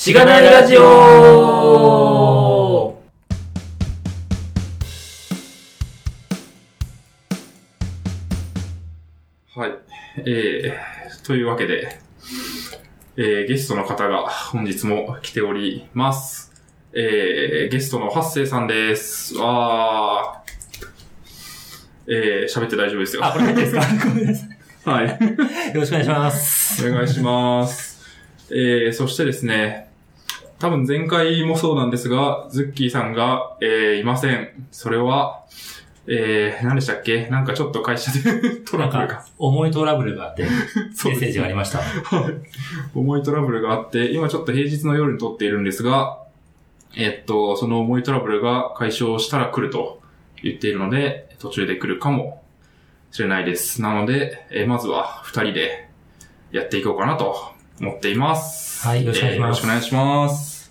しがないラジオ。 はい。というわけで、ゲストの方が本日も来ております。ゲストの八世さんです。喋って大丈夫ですよ。 これ入ってですか？ごめんなさい。 はい。 よろしくお願いします。 お願いします。そしてですね、多分前回もそうなんですが、ズッキーさんが、いません。それは、何でしたっけ？なんかちょっと会社でトラブルが。 重いトラブルがあって、メッセージがありました。 はい。重いトラブルがあって、今ちょっと平日の夜に撮っているんですが、その重いトラブルが解消したら来ると言っているので、途中で来るかもしれないです。なので、まずは二人でやっていこうかなと思っています。 はい、よろしくお願いします。 よろしくお願いします。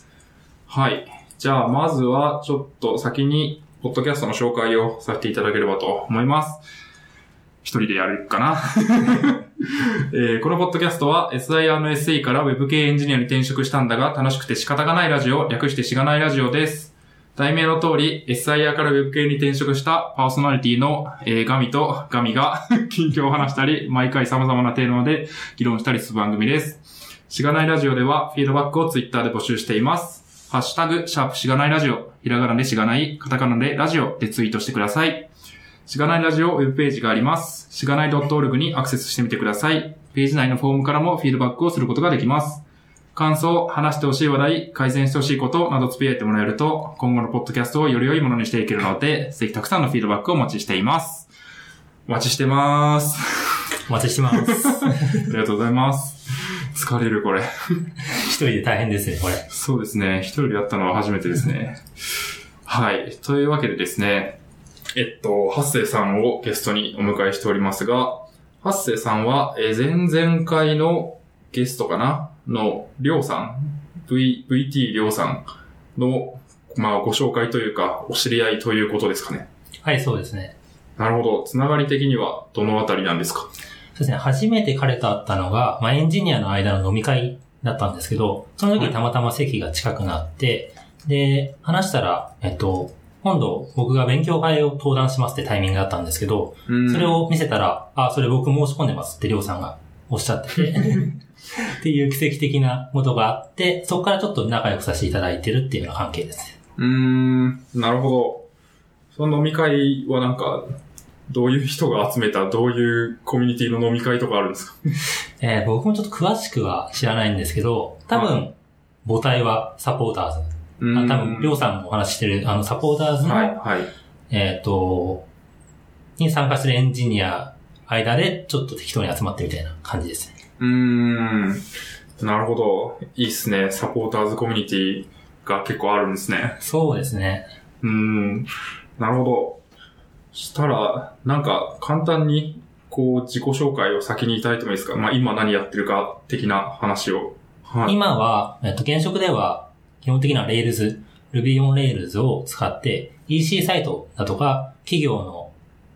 はい。じゃあ、まずはちょっと先に、ポッドキャストの紹介をさせていただければと思います。一人でやるかな、このポッドキャストは SIR の SE から Web 系エンジニアに転職したんだが楽しくて仕方がないラジオ、略してしがないラジオです。題名の通り SIR から Web 系に転職したパーソナリティの、ガミとガミが近況を話したり、毎回様々なテーマで議論したりする番組です。しがないラジオではフィードバックを Twitter で募集しています。ハッシュタグ、#しがないラジオ、ひらがなでしがない、カタカナでラジオでツイートしてください。しがないラジオウェブページがあります。しがない .org にアクセスしてみてください。ページ内のフォームからもフィードバックをすることができます。感想、話してほしい話題、改善してほしいことなどつぶやいてもらえると、今後のポッドキャストをより良いものにしていけるので、ぜひたくさんのフィードバックをお待ちしています。お待ちしてます。 お待ちしてます。 ありがとうございます。疲れるこれ。 一人で大変ですね、これ。 そうですね。一人でやったのは初めてですね。はい。というわけでですね、八世さんをゲストにお迎えしておりますが、八世さんは、前々回のゲストかなの、りょうさん、VT りょうさんの、ご紹介というか、お知り合いということですかね。 はい、そうですね。 なるほど。つながり的には、どのあたりなんですか？ そうですね。初めて彼と会ったのが、エンジニアの間の飲み会だったんですけど、その時たまたま席が近くなって、で、話したら、今度僕が勉強会を登壇しますってタイミングだったんですけど、それを見せたら、それ僕申し込んでますってりょうさんがおっしゃってて、っていう奇跡的なことがあって、そこからちょっと仲良くさせていただいてるっていうような関係ですね。 なるほど。その飲み会はなんか、どういう人が集めた、どういうコミュニティの飲み会とかあるんですか？ 僕もちょっと詳しくは知らないんですけど、多分、母体はサポーターズ。多分、りょうさんもお話ししてる、サポーターズの、に参加するエンジニア間で、ちょっと適当に集まってみたいな感じですね。 なるほど。いいっすね。サポーターズコミュニティが結構あるんですね。 そうですね。 なるほど。したら、なんか簡単に自己紹介を先にいただいてもいいですか？今何やってるか的な話を。 はい、今は、現職では基本的な Rails、Ruby on Rails を使って EC サイトだとか企業の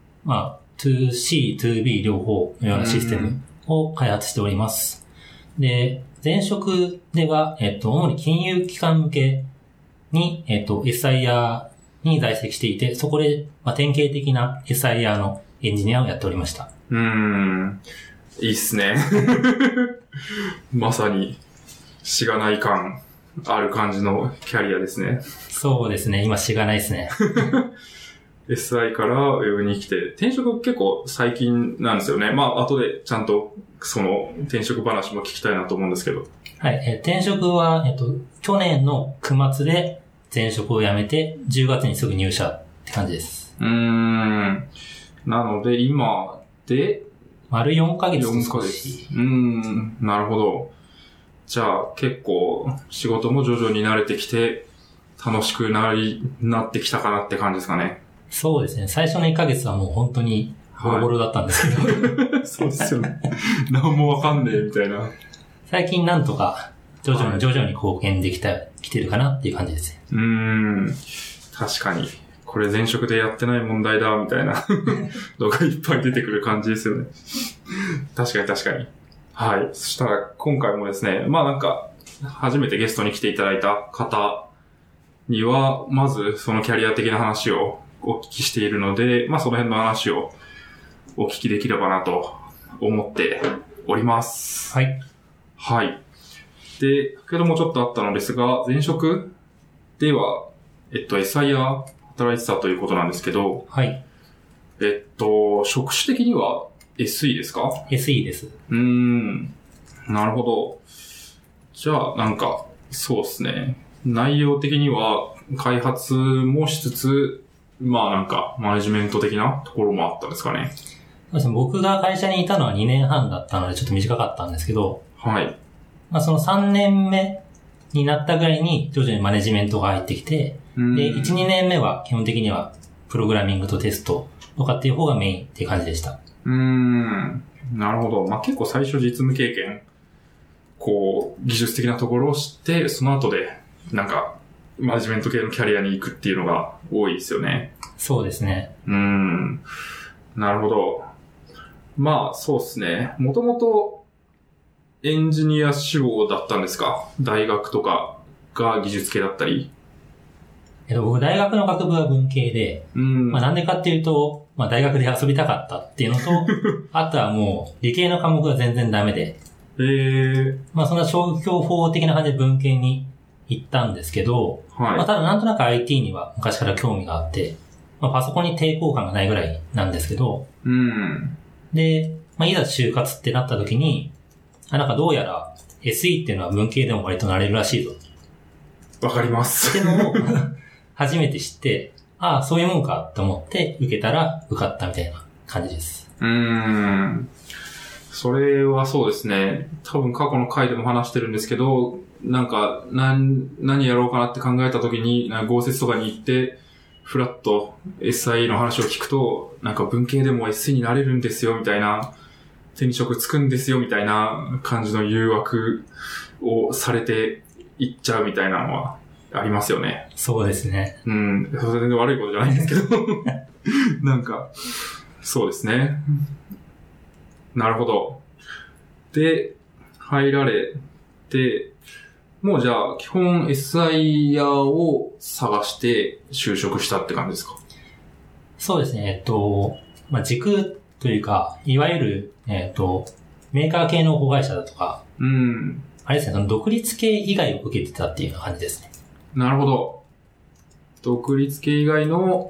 2C、2B 両方のようなシステムを開発しております。で、前職では、主に金融機関向けに、SIR に在籍していて、そこで、典型的な SIR のエンジニアをやっておりました。 いいっすね。まさに、しがない感ある感じのキャリアですね。 そうですね。今しがないですね。 SI から Web に来て、転職結構最近なんですよね。後でちゃんとその転職話も聞きたいなと思うんですけど。 はい。転職は、去年の9月で前職を辞めて、10月にすぐ入社って感じです。 なので、今で、 丸4ヶ月。 4ヶ月。なるほど。じゃあ、結構、仕事も徐々に慣れてきて、楽しくなってきたかなって感じですかね。 そうですね。最初の1ヶ月はもう本当にボロボロだったんですけど。 そうですよね。何もわかんねえ、みたいな。 最近なんとか、徐々に貢献できてるかなっていう感じですね。確かに。これ前職でやってない問題だ、みたいなのがいっぱい出てくる感じですよね。確かに。はい。そしたら今回もですね、 初めてゲストに来ていただいた方には、まずそのキャリア的な話をお聞きしているので、まあその辺の話をお聞きできればなと思っております。 はい。 はい。で、先ほどもちょっとあったのですが、前職では、SIR 働いてたということなんですけど、 はい。 職種的には SE ですか？ SE です。 なるほど。じゃあ、なんか、そうですね。内容的には開発もしつつ、まあなんか、マネジメント的なところもあったんですかね。 そうですね。僕が会社にいたのは2年半だったので、ちょっと短かったんですけど、 はい。 まあその3年目になったぐらいに徐々にマネジメントが入ってきて、で、1、2年目は基本的にはプログラミングとテストとかっていう方がメインっていう感じでした。 なるほど。まあ結構最初実務経験、こう、技術的なところを知って、その後で、なんか、マネジメント系のキャリアに行くっていうのが多いですよね。 そうですね。 なるほど。まあ、そうですね。もともとエンジニア志望だったんですか？大学とかが技術系だったり。 僕、大学の学部は文系で、まあなんでかっていうと、まあ大学で遊びたかったっていうのと、あとはもう理系の科目が全然ダメで、まあそんな消去法的な感じで文系に行ったんですけど、 はい。 まあただなんとなく IT には昔から興味があって、まあパソコンに抵抗感がないぐらいなんですけど、で、まあいざ就活ってなった時に、なんかどうやら SE っていうのは文系でも割となれるらしいぞ。 わかります。 ってのを初めて知って、ああ、そういうもんかと思って受けたら受かったみたいな感じです。 それはそうですね。多分過去の回でも話してるんですけど、なんか、何やろうかなって考えた時に、豪雪とかに行って、フラッと SI の話を聞くと、なんか文系でも SE になれるんですよ、みたいな、手に職つくんですよ、みたいな感じの誘惑をされていっちゃうみたいなのはありますよね。 そうですね。 それ全然悪いことじゃないんですけど、なんか、そうですね。なるほど。で、入られて、もうじゃあ、基本 SIR を探して就職したって感じですか？ そうですね。まあ、軸というか、いわゆる、メーカー系の子会社だとか、あれですね、その独立系以外を受けてたっていう感じですね。 なるほど。独立系以外の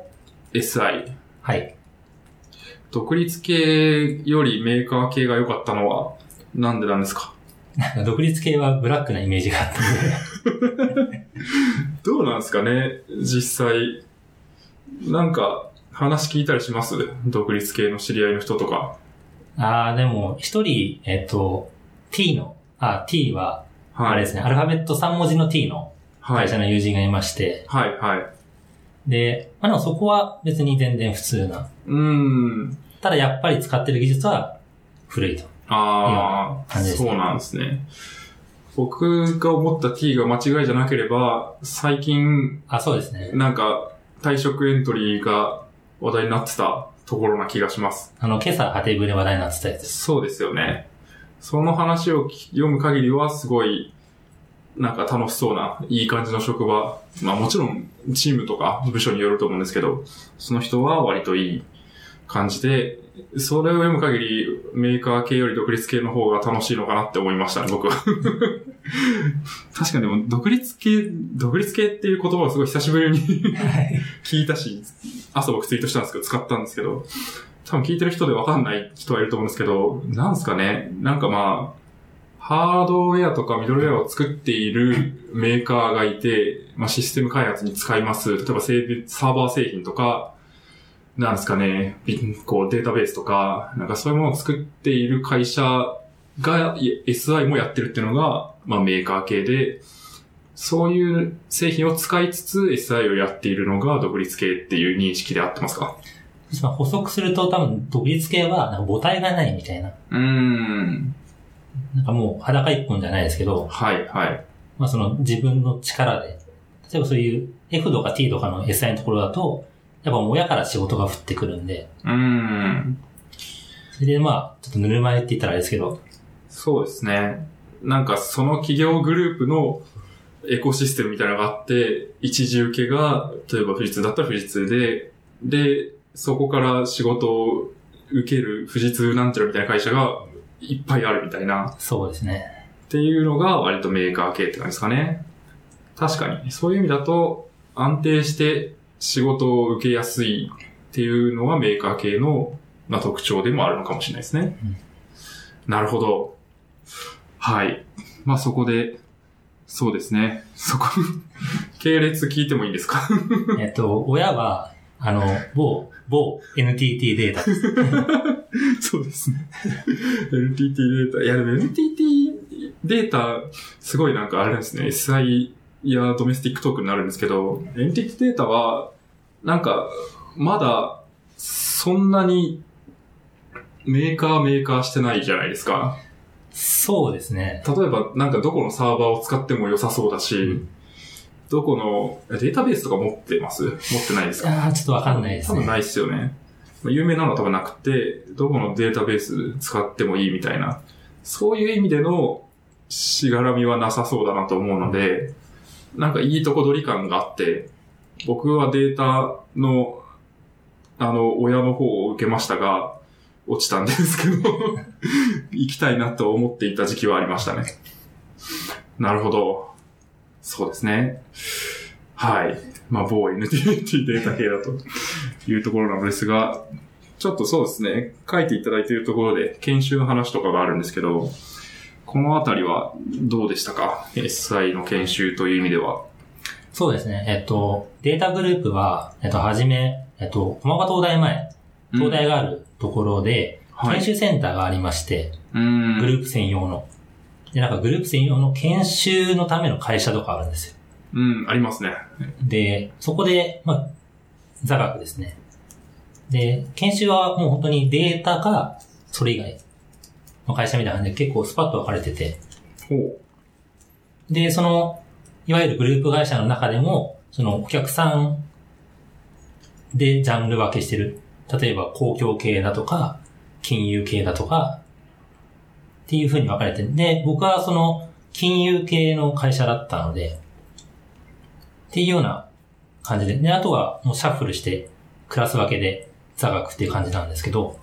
SI。 はい。 独立系よりメーカー系が良かったのはなんでなんですか？ 独立系はブラックなイメージがあったので。 どうなんですかね、実際。なんか話聞いたりします？独立系の知り合いの人とか。 でも、一人、T は、あれですね、アルファベット3文字の T の会社の友人がいまして。 はい、はい。 で、まあでもそこは別に全然普通な。ただやっぱり使ってる技術は古いと。 そうなんですね。僕が思った T が間違いじゃなければ、最近、 そうですね。 なんか退職エントリーが話題になってたところな気がします。 今朝ハテブで話題になってたやつです。 そうですよね。その話を読む限りはすごい、なんか楽しそうな、いい感じの職場。まあもちろんチームとか部署によると思うんですけど、その人は割といい感じで、それを読む限りメーカー系より独立系の方が楽しいのかなって思いましたね、僕は。確かにでも独立系っていう言葉をすごい久しぶりに聞いたし、朝僕ツイートしたんですけど、使ったんですけど、多分聞いてる人で分かんない人はいると思うんですけど、なんすかね、なんかまあ、ハードウェアとかミドルウェアを作っているメーカーがいて、まあシステム開発に使います。例えばサーバー製品とか、なんですかね、こうデータベースとか、なんかそういうものを作っている会社が SI もやってるっていうのが、まあメーカー系で、そういう製品を使いつつ SI をやっているのが独立系っていう認識で合ってますか？ 補足すると多分独立系はなんか母体がないみたいな。なんかもう裸一本じゃないですけど。 はいはい。 まあその自分の力で、例えばそういう F とか T とかの SI のところだと、やっぱ親から仕事が降ってくるんで。それでまあ、ちょっとぬるま湯って言ったらあれですけど。 そうですね。 なんかその企業グループのエコシステムみたいなのがあって、一時受けが、例えば富士通だったら富士通で、そこから仕事を受ける富士通なんちゃらみたいな会社がいっぱいあるみたいな。 そうですね。 っていうのが割とメーカー系って感じですかね。確かに。そういう意味だと安定して仕事を受けやすいっていうのはメーカー系の、特徴でもあるのかもしれないですね。なるほど。はい。そこで、そうですね。系列聞いてもいいですか？ 親は、某 NTT データです。 そうですね。NTT データ。いや、でも NTT データ、すごいなんかあれですね。SI やドメスティックトークになるんですけど、NTT データは、なんか、まだ、そんなに、メーカーしてないじゃないですか。 そうですね。 例えば、なんかどこのサーバーを使っても良さそうだし、どこの、データベースとか持ってないですか？ ちょっとわかんないですね。 多分ないですよね。有名なのは多分なくて、どこのデータベース使ってもいいみたいな、そういう意味でのしがらみはなさそうだなと思うので、なんかいいとこ取り感があって、僕はデータの、親の方を受けましたが、落ちたんですけど、行きたいなと思っていた時期はありましたね。なるほど。そうですね。はい。某 NTT データ系だというところなのですが、ちょっとそうですね、書いていただいているところで研修の話とかがあるんですけど、このあたりはどうでしたか？ SI の研修という意味では。 そうですね。データグループは、はじめ、駒場東大前、東大があるところで、研修センターがありまして、グループ専用の。で、なんかグループ専用の研修のための会社とかあるんですよ。 ありますね。 で、そこで、座学ですね。で、研修はもう本当にデータか、それ以外の会社みたいな感じで結構スパッと分かれてて。で、いわゆるグループ会社の中でも、お客さんでジャンル分けしてる。例えば公共系だとか、金融系だとか、っていう風に分かれてる。で、僕は金融系の会社だったので、っていうような感じで。で、あとはもうシャッフルして、クラス分けで座学っていう感じなんですけど。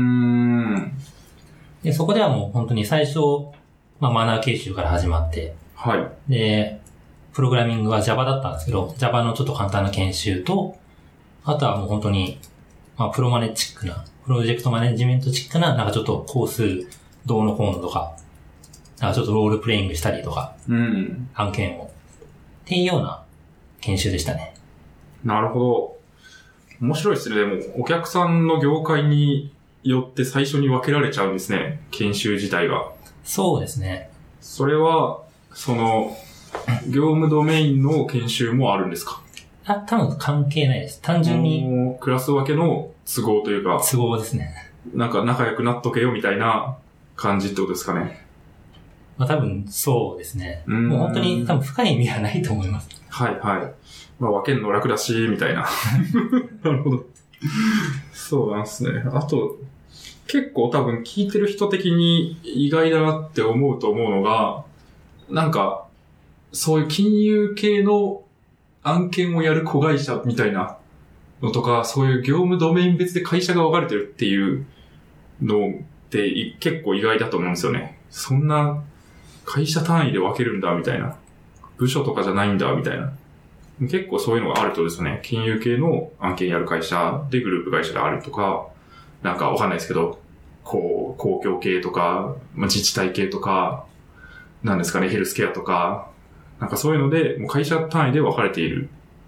で、そこではもう本当に最初、マナー研修から始まって、はい。で、プログラミングは Java だったんですけど、Java のちょっと簡単な研修と、あとはもう本当に、プロジェクトマネジメントチックな、なんかちょっとコースどうのこうのとか、なんかちょっとロールプレイングしたりとか、案件を、っていうような研修でしたね。 なるほど。面白いですね。でも、お客さんの業界によって最初に分けられちゃうんですね。研修自体が。 そうですね。 それは、業務ドメインの研修もあるんですか？ 多分関係ないです。単純に。 クラス分けの都合というか。 都合ですね。 なんか仲良くなっとけよみたいな感じってことですかね。 多分そうですね。もう本当に多分深い意味はないと思います。 はいはい。分けるの楽だし、みたいな。なるほど。そうなんですね。あと、結構多分聞いてる人的に意外だなって思うと思うのが、なんか、そういう金融系の案件をやる子会社みたいなのとか、そういう業務ドメイン別で会社が分かれてるっていうのって結構意外だと思うんですよね。そんな会社単位で分けるんだみたいな。部署とかじゃないんだみたいな。結構そういうのがあるとですね、金融系の案件やる会社でグループ会社であるとか、なんかわかんないですけど、公共系とか、自治体系とか、なんですかね、ヘルスケアとか、なんかそういうので、もう会社単位で分かれている。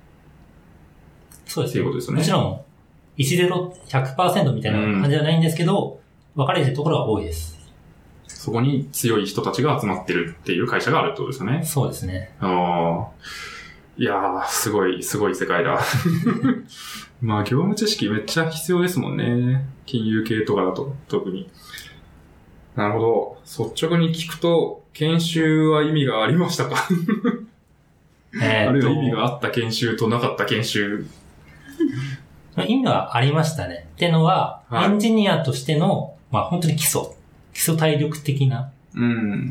そうですね。 っていうことですよね。 もちろん、1-0-100% みたいな感じじゃないんですけど、分かれてるところが多いです。 そこに強い人たちが集まってるっていう会社があるってことですよね。 そうですね。 いやー、すごい世界だ。業務知識めっちゃ必要ですもんね。金融系とかだと、特に。なるほど。率直に聞くと、研修は意味がありましたか？あるいは意味があった研修となかった研修。 意味はありましたね。ってのは、エンジニアとしての、本当に基礎体力的なうん。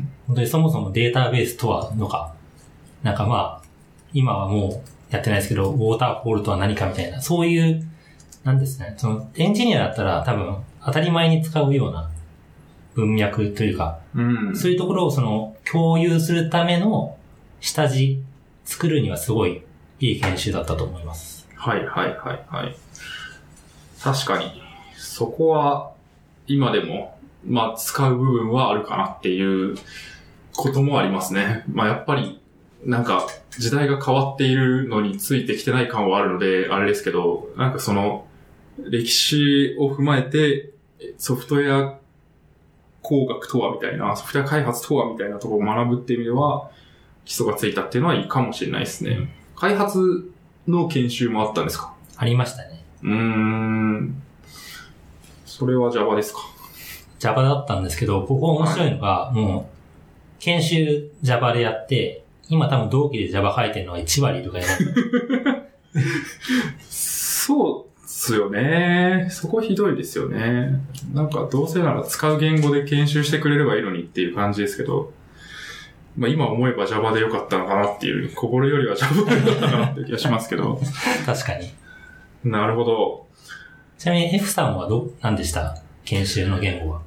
本当にそもそもデータベースとはのか、なんかまあ、今はもうやってないですけど、ウォーターフォールとは何かみたいな、そういう、なんですね、そのエンジニアだったら多分当たり前に使うような文脈というか、そういうところをその共有するための下地作るにはすごいいい研修だったと思います。 はいはいはいはい。確かに、そこは今でも、まあ使う部分はあるかなっていうこともありますね。まあやっぱり、なんか時代が変わっているのについてきてない感はあるので、あれですけど、なんかその歴史を踏まえてソフトウェア工学とはみたいな、ソフトウェア開発とはみたいなところを学ぶっていう意味では、基礎がついたっていうのはいいかもしれないですね。開発の研修もあったんですか？ ありましたね。 それは Java ですか？ Java だったんですけど、ここ面白いのが、もう、研修 Java でやって、今多分同期で Java 書いてるのは1割とかやる。 そうっすよね。そこひどいですよね。なんかどうせなら使う言語で研修してくれればいいのにっていう感じですけど、まあ今思えば Java でよかったのかなっていう、こぼれよりは Java でよかったかなっていう気がしますけど。 確かに。 なるほど。 ちなみに F さんは何でした？研修の言語は。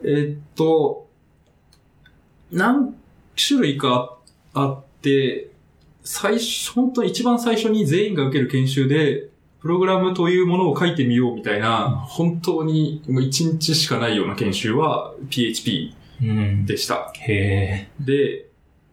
何種類かあって、本当に一番最初に全員が受ける研修で、プログラムというものを書いてみようみたいな、本当にもう1日しかないような研修は PHP でした。 へー。 で、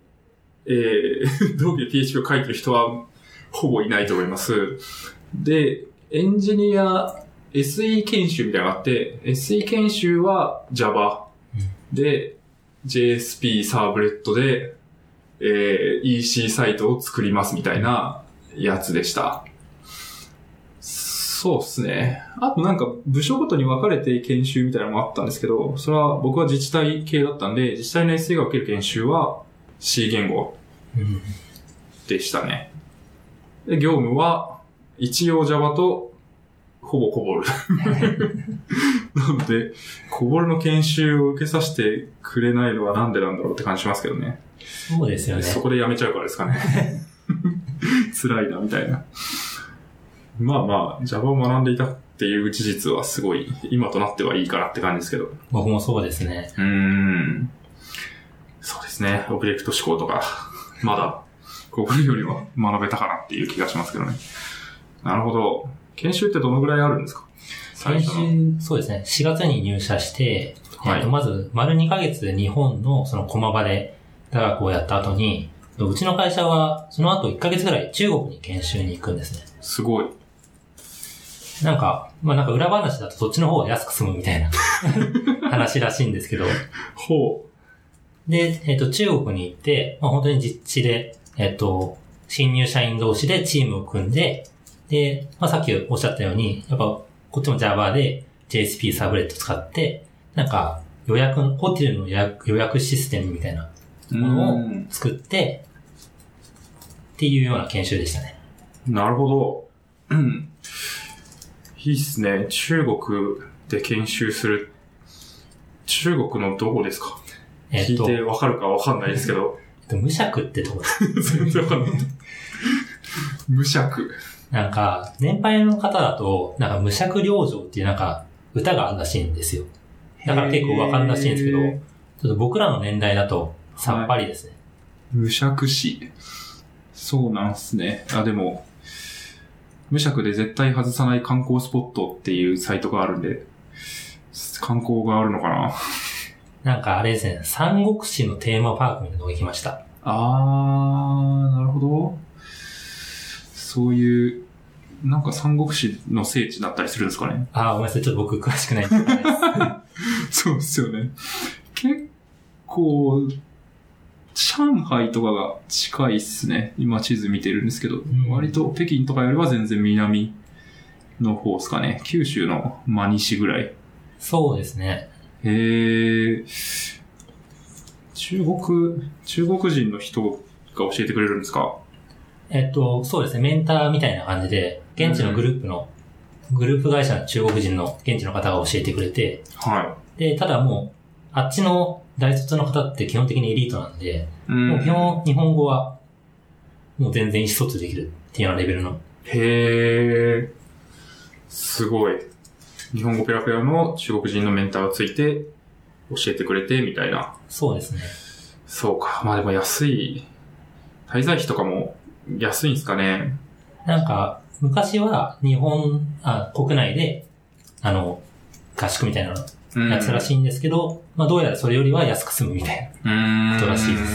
同期で PHP を書いてる人はほぼいないと思います。で、エンジニア SE 研修みたいなのがあって、SE 研修は Java で、JSP サーブレットで、EC サイトを作りますみたいなやつでした。そうですね。あとなんか部署ごとに分かれて研修みたいなのもあったんですけど、それは僕は自治体系だったんで、自治体の SE が受ける研修は C 言語でしたね。で、業務は一応 Java とほぼコボル。なので、コボルの研修を受けさせてくれないのはなんでなんだろうって感じしますけどね。 そうですよね。 そこでやめちゃうからですかね。辛いな、みたいな。まあまあ、Java を学んでいたっていう事実はすごい、今となってはいいかなって感じですけど。 僕もそうですね。 そうですね。オブジェクト思考とか、まだ、ここよりは学べたかなっていう気がしますけどね。なるほど。研修ってどのぐらいあるんですか？ 研修、そうですね。4月に入社して、はい、まず、丸2ヶ月で日本のその駒場で大学をやった後に、うちの会社はその後1ヶ月ぐらい中国に研修に行くんですね。 すごい。 なんか裏話だとそっちの方が安く済むみたいな話らしいんですけど。 ほう。で、中国に行って、本当に実地で、新入社員同士でチームを組んで、で、さっきおっしゃったように、やっぱ、こっちも Java で JSP サーブレット使って、なんか、ホテルの予約システムみたいなものを作って、っていうような研修でしたね。 なるほど。いいっすね。中国で研修する。中国のどこですか？聞いてわかるかわかんないですけど。 無釈ってとこです。 全然わかんない。無釈。 なんか、年配の方だと、なんか無釈領情っていうなんか、歌があるらしいんですよ。だから結構わかるらしいんですけど、ちょっと僕らの年代だと、さっぱりですね。 無釈詩。そうなんすね。でも、無釈で絶対外さない観光スポットっていうサイトがあるんで、観光があるのかな。 なんかあれですね、三国志のテーマパークみたいなのが行きました。 なるほど。そういう、なんか三国志の聖地だったりするんですかね。 ごめんなさい、ちょっと僕詳しくないんです。 そうですよね。結構、上海とかが近いっすね。今地図見てるんですけど、割と北京とかよりは全然南の方ですかね。九州の真西ぐらい。 そうですね。 中国人の人が教えてくれるんですか？ そうですね。メンターみたいな感じで、現地のグループ会社の中国人の現地の方が教えてくれて、 はい。 で、ただもう、 あっちの大卒の方って基本的にエリートなんで、もう基本日本語はもう全然意思疎通できるっていうようなレベルの。 へー。すごい。日本語ペラペラの中国人のメンターがついて教えてくれてみたいな。 そうですね。 そうか。まあでも安い。滞在費とかも安いんですかね。 なんか、昔は国内で、合宿みたいなのやつらしいんですけど、まあどうやらそれよりは安く済むみたいなことらしいです。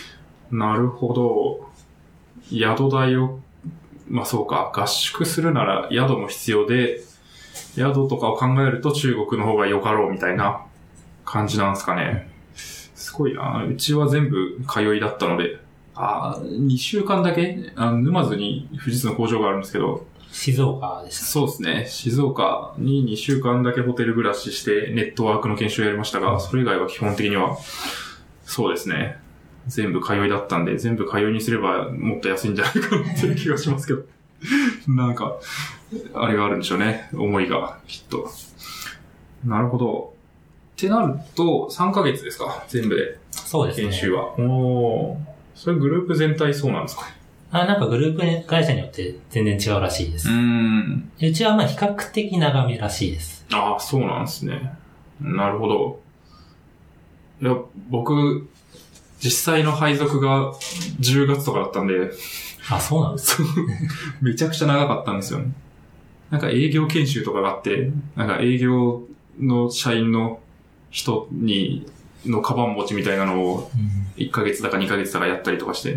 なるほど。宿代を、まあそうか、合宿するなら宿も必要で、宿とかを考えると中国の方が良かろうみたいな感じなんですかね。すごいな。うちは全部通いだったので、2週間だけ沼津に富士通の工場があるんですけど、 静岡です。 そうですね。静岡に2週間だけホテル暮らししてネットワークの研修をやりましたが、それ以外は基本的には、そうですね。全部通いだったんで、全部通いにすればもっと安いんじゃないかなっていう気がしますけど。なんか、あれがあるんでしょうね。思いが、きっと。なるほど。ってなると、3ヶ月ですか？全部で。 そうですね。 研修は。おー。それグループ全体そうなんですか？ なんかグループ会社によって全然違うらしいです。うちはまあ比較的長めらしいです。 ああ、そうなんですね。なるほど。いや、僕、実際の配属が10月とかだったんで。 あ、そうなんですか。 めちゃくちゃ長かったんですよね。なんか営業研修とかがあって、なんか営業の社員の人のカバン持ちみたいなのを1ヶ月だか2ヶ月だかやったりとかして、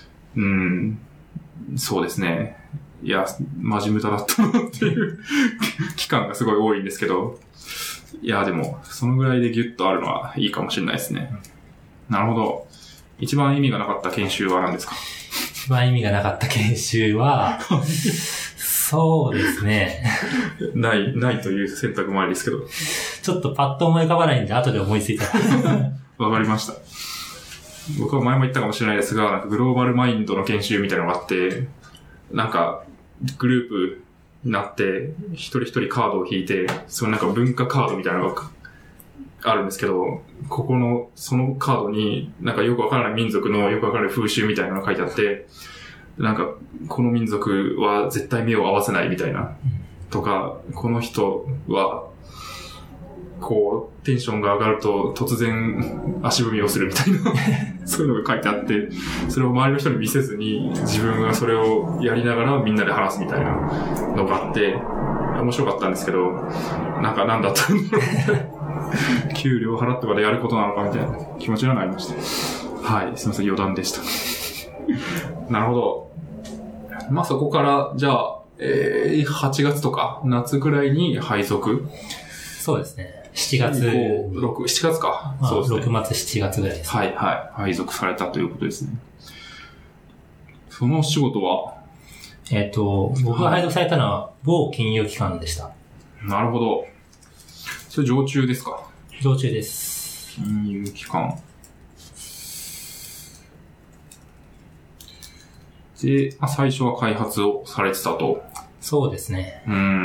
そうですね。いや、マジ無駄だったなっていう期間がすごい多いんですけど、いや、でも、そのぐらいでギュッとあるのはいいかもしれないですね。なるほど。一番意味がなかった研修は何ですか？ 一番意味がなかった研修は、そうですね。 ないという選択もありですけど。 ちょっとパッと思い浮かばないんで、後で思いついたら。 わかりました。僕は前も言ったかもしれないですが、なんかグローバルマインドの研修みたいなのがあって、なんかグループになって、一人一人カードを引いて、そのなんか文化カードみたいなのがあるんですけど、そのカードになんかよくわからない民族のよくわからない風習みたいなのが書いてあって、なんかこの民族は絶対目を合わせないみたいな、とか、この人はこうテンションが上がると突然足踏みをするみたいなそういうのが書いてあって、それを周りの人に見せずに自分がそれをやりながらみんなで話すみたいなのがあって、面白かったんですけど、なんだったんだろう給料払ってまでやることなのかみたいな気持ちがありました。はい、すみません、余談でしたなるほど。まあそこからじゃあ、8月とか夏ぐらいに配属。 そうですね。7月。 7月か。 まあ、 そうですね。 6月、7月ぐらいです、 ね。はいはい。配属されたということですね。その仕事は僕が配属されたのは某金融機関でした。 なるほど。それ常駐ですか？ 常駐です。 金融機関。で、最初は開発をされてたと。 そうですね。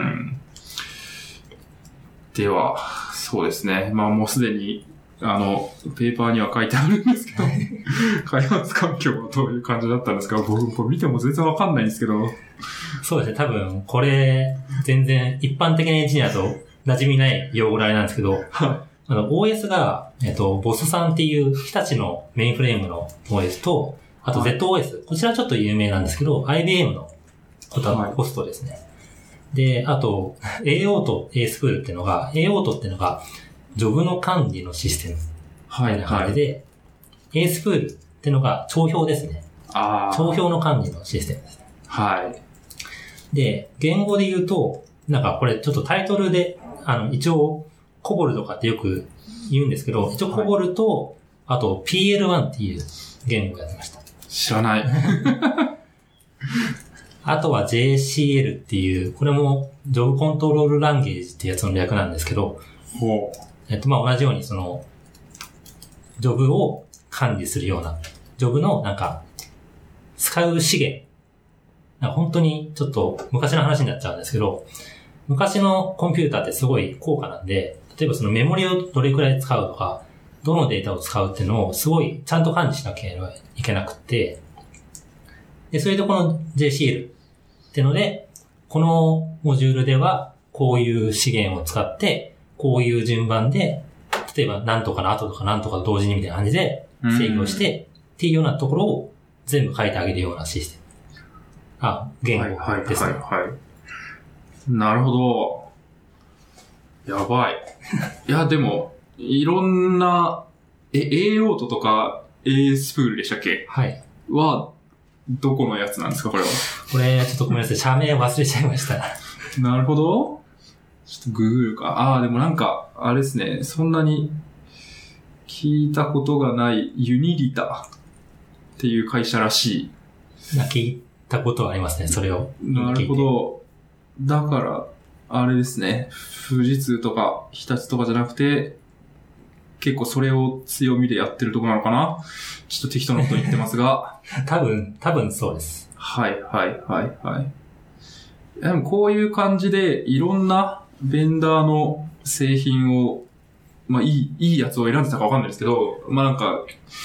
では、そうですね。まあもうすでに、ペーパーには書いてあるんですけど、開発環境はどういう感じだったんですか？僕見ても全然わかんないんですけど。 そうですね。多分、これ、全然一般的なエンジニアと馴染みない用語であれなんですけど、OS が、ボスさんっていう日立のメインフレームの OS と、あと ZOS、こちらちょっと有名なんですけど、IBM のホストですね。で、あと、AO と ASpool っていうのが、AO とっていうのが、ジョブの管理のシステム。はい。感じで、ASpool っていうのが帳票ですね。帳票の管理のシステムですね。 はい。 で、言語で言うと、なんかこれちょっとタイトルで、一応、コボルとかってよく言うんですけど、一応コボルと、あと PL1 っていう言語をやってました。 知らない。 あとは JCL っていう、これもジョブコントロールランゲージってやつの略なんですけど、まあ同じようにその、ジョブを管理するような、ジョブのなんか、使う資源。なんか本当にちょっと昔の話になっちゃうんですけど、昔のコンピューターってすごい高価なんで、 例えばそのメモリをどれくらい使うとか、どのデータを使うっていうのをすごいちゃんと管理しなきゃいけなくて、で、それでこの JCL ってので、このモジュールではこういう資源を使って、こういう順番で、例えば何とかの後とか何とか同時にみたいな感じで制御して、っていうようなところを全部書いてあげるようなシステム。言語ですね。 はい。なるほど。やばい。いや、でも、いろんな、AO とか AS プールでしたっけ？ はい。 は、どこのやつなんですか、これは。 これ、ちょっとごめんなさい。社名忘れちゃいました。 なるほど。ちょっとググるか。でもなんか、あれですね。そんなに聞いたことがないユニリタっていう会社らしい。 聞いたことはありますね、それを。 なるほど。だから、あれですね。富士通とか日立とかじゃなくて、結構それを強みでやってるところなのかな？ちょっと適当なこと言ってますが。 多分そうです。 はい。でもこういう感じでいろんなベンダーの製品を、まあいいやつを選んでたかわかんないですけど、まあなんか、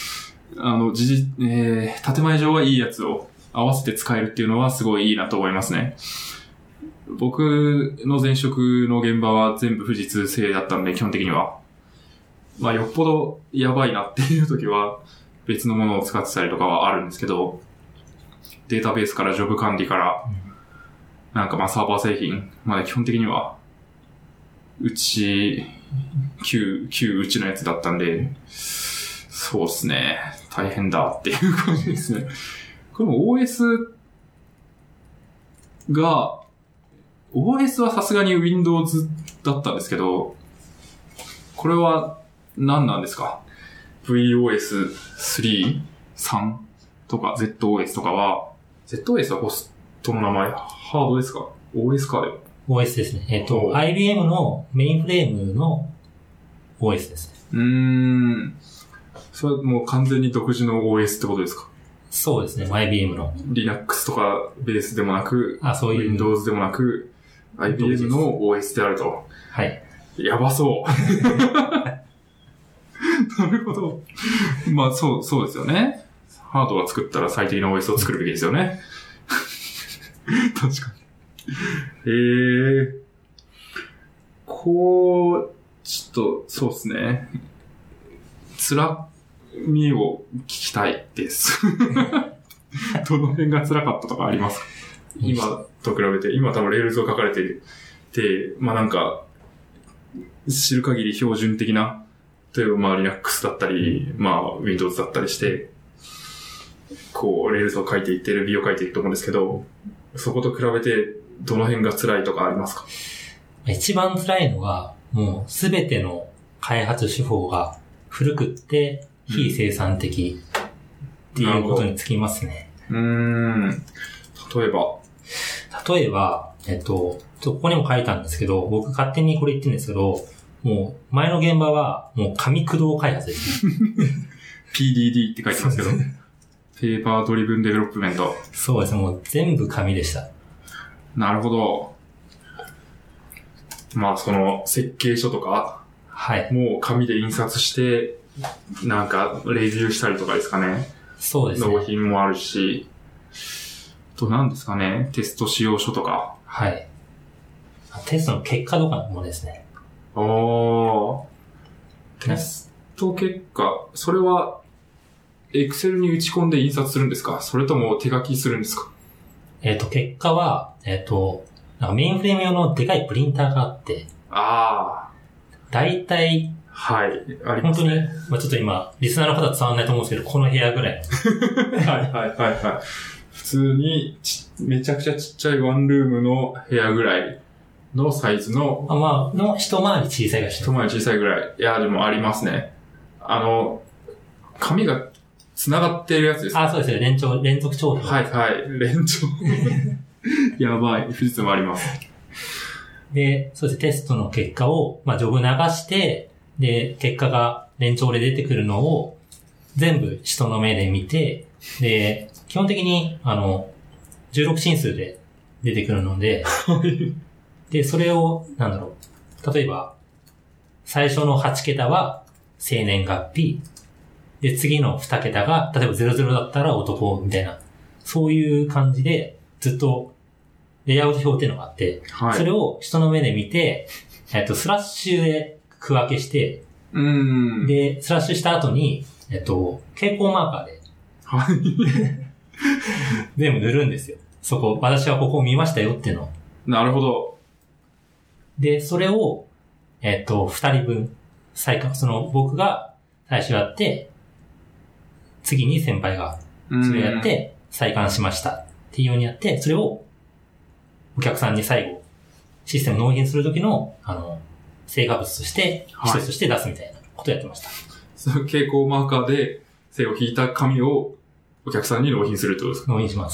建前上はいいやつを合わせて使えるっていうのはすごいいいなと思いますね。僕の前職の現場は全部富士通製だったんで、基本的には。まあよっぽどやばいなっていう時は別のものを使ってたりとかはあるんですけど、データベースからジョブ管理から、なんかまあサーバー製品まで基本的には、旧うちのやつだったんで、そうですね。大変だっていう感じですね。この OS はさすがに Windows だったんですけど、これは何なんですか？ VOS3、3とか ZOS とかは、ZOS はホストの名前、ハードですか？ OS かでも。 OS ですね。IBM のメインフレームの OS ですね。 それはもう完全に独自の OS ってことですか？ そうですね。IBM の。 Linux とかベースでもなく、 そういう Windows でもなく、IBM の OS であると。 はい。 やばそう。なるほど。まあそうですよね。ハードは作ったら最適な OS を作るべきですよね。確かに。ちょっと、そうですね。辛みを聞きたいです。どの辺が辛かったとかありますか？今と比べて、今多分レールズを書かれていて、まあなんか、知る限り標準的な、例えばまあ Linux だったり、まあ Windows だったりして、こう、レールズを書いていって、Ruby を書いていくと思うんですけど、そこと比べて、どの辺が辛いとかありますか？ 一番辛いのは、もうすべての開発手法が古くって非生産的っていうことにつきますね。 例えば、 ここにも書いたんですけど、僕勝手にこれ言ってるんですけど、もう前の現場はもう紙駆動開発です。 PDD って書いてますけど。ペーパードリブンデベロップメント。 そうですね、もう全部紙でした。 なるほど。まあその設計書とか、 はい。 もう紙で印刷して、なんかレビューしたりとかですかね。 そうですね。 納品もあるし、と何ですかね、テスト使用書とか。 はい。テストの結果とかのものですね。 テスト結果、それは、Excel に打ち込んで印刷するんですか？それとも手書きするんですか？ 結果は、なんかメインフレーム用のでかいプリンターがあって、だいたい、 はい、ありますね。 本当に、まあちょっと今、リスナーの方は伝わらないと思うんですけど、この部屋ぐらいはい。普通にめちゃくちゃちっちゃいワンルームの部屋ぐらいのサイズの。 の一回り小さいぐらい。 一回り小さいぐらい。いや、でもありますね。紙が繋がってるやつですか？ そうですよ。連続長編。 はい。連長。やばい。富士通もあります。 で、そうです。テストの結果を、ジョブ流して、で、結果が連長で出てくるのを、全部人の目で見て、で、基本的に、16進数で出てくるので、で、それを、例えば、 最初の8桁は生年月日。で、次の2桁が、例えば00だったら男みたいな、そういう感じで、ずっと、レイアウト表っていうのがあって、はい、それを人の目で見て、スラッシュで区分けして、で、スラッシュした後に、蛍光マーカーで、はい、全部塗るんですよ。そこ、私はここを見ましたよっていうのを。 なるほど。で、 それを、2人分、僕が最初やって、次に先輩が、それをやって、再刊しましたっていうようにやって、それを、お客さんに最後、システム納品するときの、成果物として、一つとして出すみたいなことをやってました。 その蛍光マーカーで線を引いた紙をお客さんに納品するってことですか？ 納品します。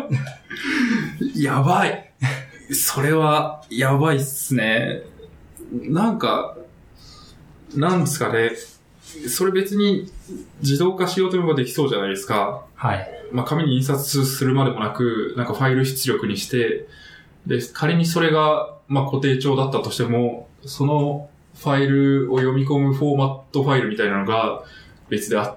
やばい。それは、やばいっすね。なんですかね。それ別に自動化しようと思えばできそうじゃないですか。 はい。 まあ、紙に印刷するまでもなく、なんかファイル出力にして、で、仮にそれが、まあ、固定帳だったとしても、そのファイルを読み込むフォーマットファイルみたいなのが別であって、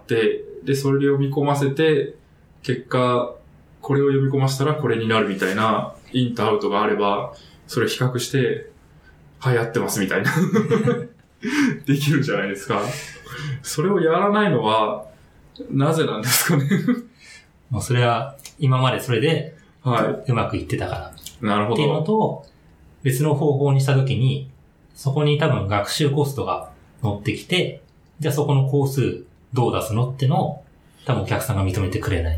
で、それで読み込ませて、結果、これを読み込ませたらこれになるみたいな、インとアウトがあれば、それ比較して、はい、やってますみたいな。できるじゃないですか。それをやらないのは、なぜなんですかね。 もうそれは、今までそれで、はい。うまくいってたから。 なるほど。 っていうのと、別の方法にしたときに、そこに多分学習コストが乗ってきて、じゃあそこの工数どう出すのってのを、多分お客さんが認めてくれない。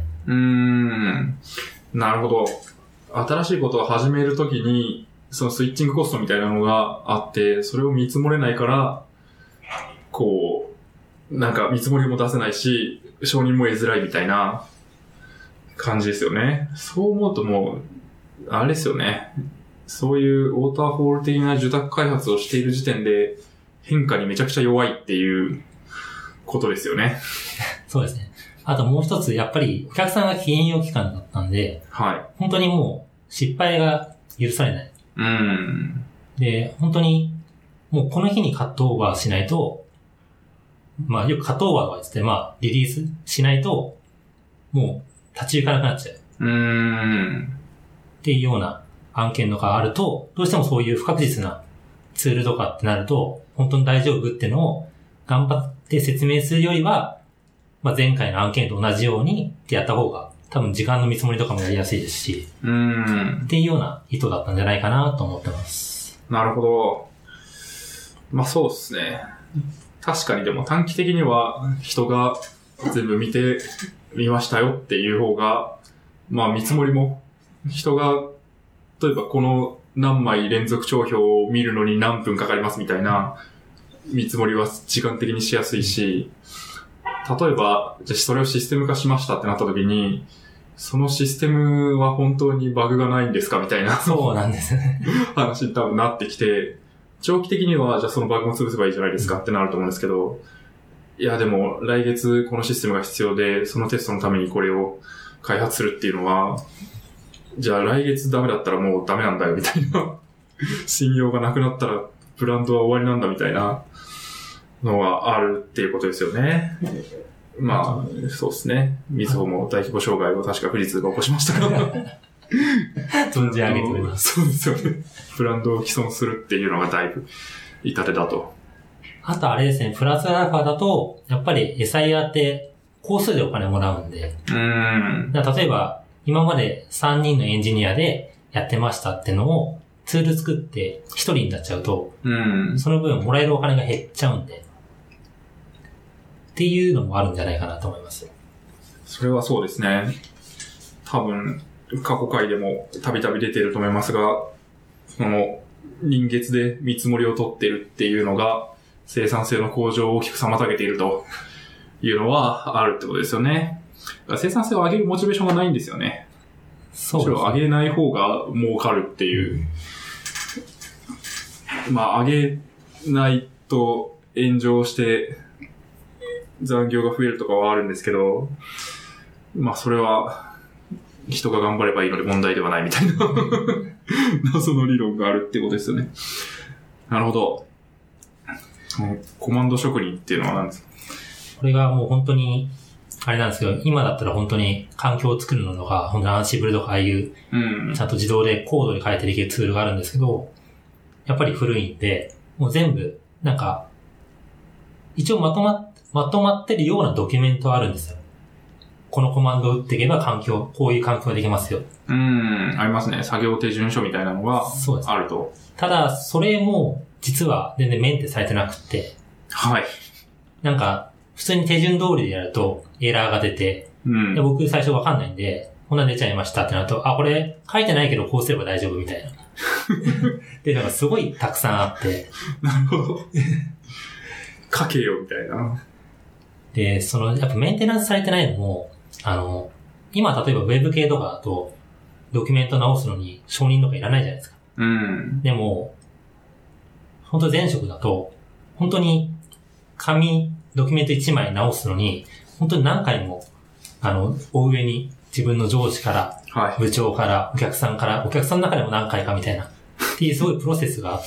なるほど。新しいことを始めるときに、そのスイッチングコストみたいなのがあって、それを見積もれないから、こう、なんか見積もりも出せないし、承認も得づらいみたいな感じですよね。そう思うともう、あれですよね。そういうウォーターフォール的な受託開発をしている時点で変化にめちゃくちゃ弱いっていうことですよね。 そうですね。あともう一つ、やっぱりお客さんが期限用期間だったんで、 はい。 本当にもう失敗が許されない。で、本当にもうこの日にカットオーバーしないと、まあよくカットオーバーとか言って、まあリリースしないと、もう立ち行かなくなっちゃう。っていうような案件とかあると、どうしてもそういう不確実なツールとかってなると、本当に大丈夫ってのを頑張って説明するよりは、まあ、前回の案件と同じようにってやった方が、多分時間の見積もりとかもやりやすいですし、っていうような意図だったんじゃないかなと思ってます。 なるほど。まあそうですね。確かにでも短期的には人が全部見てみましたよっていう方が、まあ見積もりも人が、例えばこの何枚連続帳票を見るのに何分かかりますみたいな見積もりは時間的にしやすいし、例えば、じゃあそれをシステム化しましたってなった時に、そのシステムは本当にバグがないんですかみたいな。 そうなんですね。 話に多分なってきて、長期的にはじゃあそのバグも潰せばいいじゃないですかってなると思うんですけど、いやでも来月このシステムが必要で、そのテストのためにこれを開発するっていうのは、じゃあ来月ダメだったらもうダメなんだよみたいな。信用がなくなったらブランドは終わりなんだみたいなのがあるっていうことですよね。まあ、そうですね。みずほも大規模障害を確か富士通が起こしましたから。 存じ上げております。 そうですよね。ブランドを既存するっていうのがだいぶ痛手だと。 あとあれですね、プラスアルファだと、やっぱり SIR って工数でお金もらうんで。例えば、今まで3人のエンジニアでやってましたってのをツール作って1人になっちゃうと、その分もらえるお金が減っちゃうんで。っていうのもあるんじゃないかなと思います。 それはそうですね。多分、過去回でもたびたび出てると思いますが、その、人月で見積もりを取ってるっていうのが、生産性の向上を大きく妨げているというのはあるってことですよね。生産性を上げるモチベーションがないんですよね。 そうですね。 むしろ上げない方が儲かるっていう。まあ、上げないと炎上して、残業が増えるとかはあるんですけど、まあそれは人が頑張ればいいので問題ではないみたいな謎の理論があるってことですよね。なるほど。 コマンド職人っていうのは何ですか？ これがもう本当に、あれなんですけど、今だったら本当に環境を作るのが、本当にアンシブルとかああいう、ちゃんと自動でコードで書いてできるツールがあるんですけど、やっぱり古いんで、もう全部、なんか、一応まとまってるようなドキュメントはあるんですよ。このコマンドを打っていけばこういう環境ができますよ。 ありますね。作業手順書みたいなのがあると。 ただ、それも、実は全然メンテされてなくって。 はい。 なんか、普通に手順通りでやるとエラーが出て、で僕最初わかんないんで、こんなん出ちゃいましたってなると、あ、これ書いてないけどこうすれば大丈夫みたいな。で、なんかすごいたくさんあって。 なるほど。書けよみたいな。 で、やっぱメンテナンスされてないのも、今例えばウェブ系とかだと、ドキュメント直すのに承認とかいらないじゃないですか。でも、本当前職だと、本当にドキュメント1枚直すのに、本当に何回も、大上に自分の上司から、部長から、お客さんの中でも何回かみたいな、っていうすごいプロセスがあって、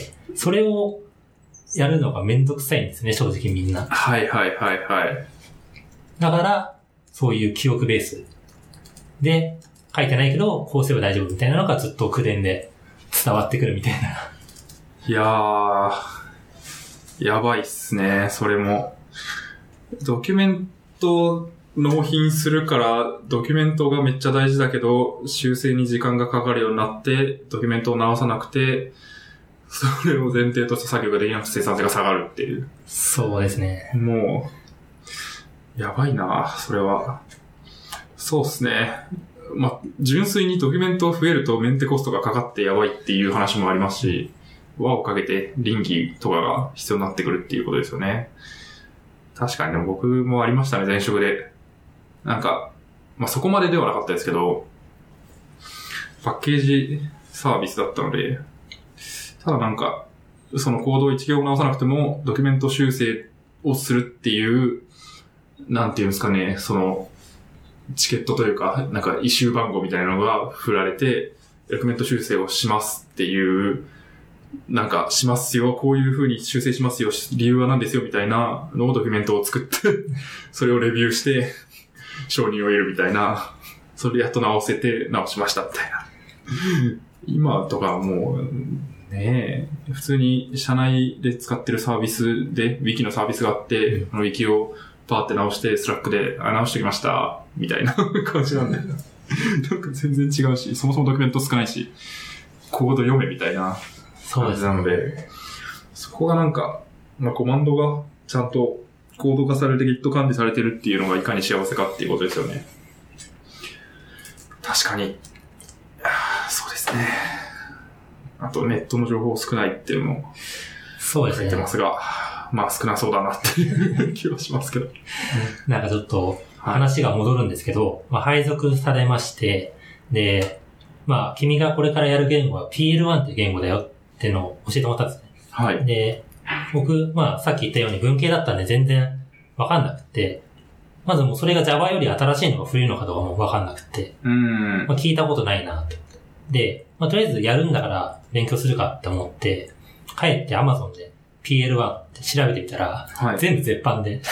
それをやるのがめんどくさいんですね、正直みんな。 はいはい。 だから、そういう記憶ベースで書いてないけど、こうすれば大丈夫みたいなのがずっと口伝で伝わってくるみたいな。 いやー、やばいっすね、それも。ドキュメント納品するから、ドキュメントがめっちゃ大事だけど、修正に時間がかかるようになって、ドキュメントを直さなくて、それを前提とした作業ができなくて生産性が下がるっていう。 そうですね。 もう、やばいな、それは。そうっすね。純粋にドキュメントが増えるとメンテコストがかかってやばいっていう話もありますし、輪をかけて臨機とかが必要になってくるっていうことですよね。確かにでも僕もありましたね、前職で。なんか、そこまでではなかったですけど、パッケージサービスだったので、ただなんか、そのコードを一行も直さなくても、ドキュメント修正をするっていう、なんていうんですかね、チケットというか、なんか、イシュー番号みたいなのが振られて、ドキュメント修正をしますっていう、なんか、しますよ、こういう風に修正しますよ、理由は何ですよ、みたいなのをドキュメントを作って、それをレビューして、承認を得るみたいな、それでやっと直せて、直しました、みたいな。今とかもう、ねえ、普通に社内で使ってるサービスで、Wiki のサービスがあって、この Wiki をパーって直して、スラックで、直してきました、みたいな感じなんで。なんか全然違うし、そもそもドキュメント少ないし、コード読めみたいな感じなので、そこがなんか、コマンドがちゃんとコード化されて Git 管理されてるっていうのがいかに幸せかっていうことですよね。確かに。そうですね。あとネットの情報少ないっていうのも書いてますが、少なそうだなっていう気はしますけど。 なんかちょっと話が戻るんですけど、配属されまして、で、君がこれからやる言語は PL1 っていう言語だよっていうのを教えてもらったんですね。 はい。 で、僕、さっき言ったように文系だったんで全然わかんなくて、まずもうそれが Java より新しいのか古いのかとかもわかんなくて、聞いたことないなと。で、とりあえずやるんだから勉強するかって思って、帰って Amazon で PL1 って調べてみたら、全部絶版で。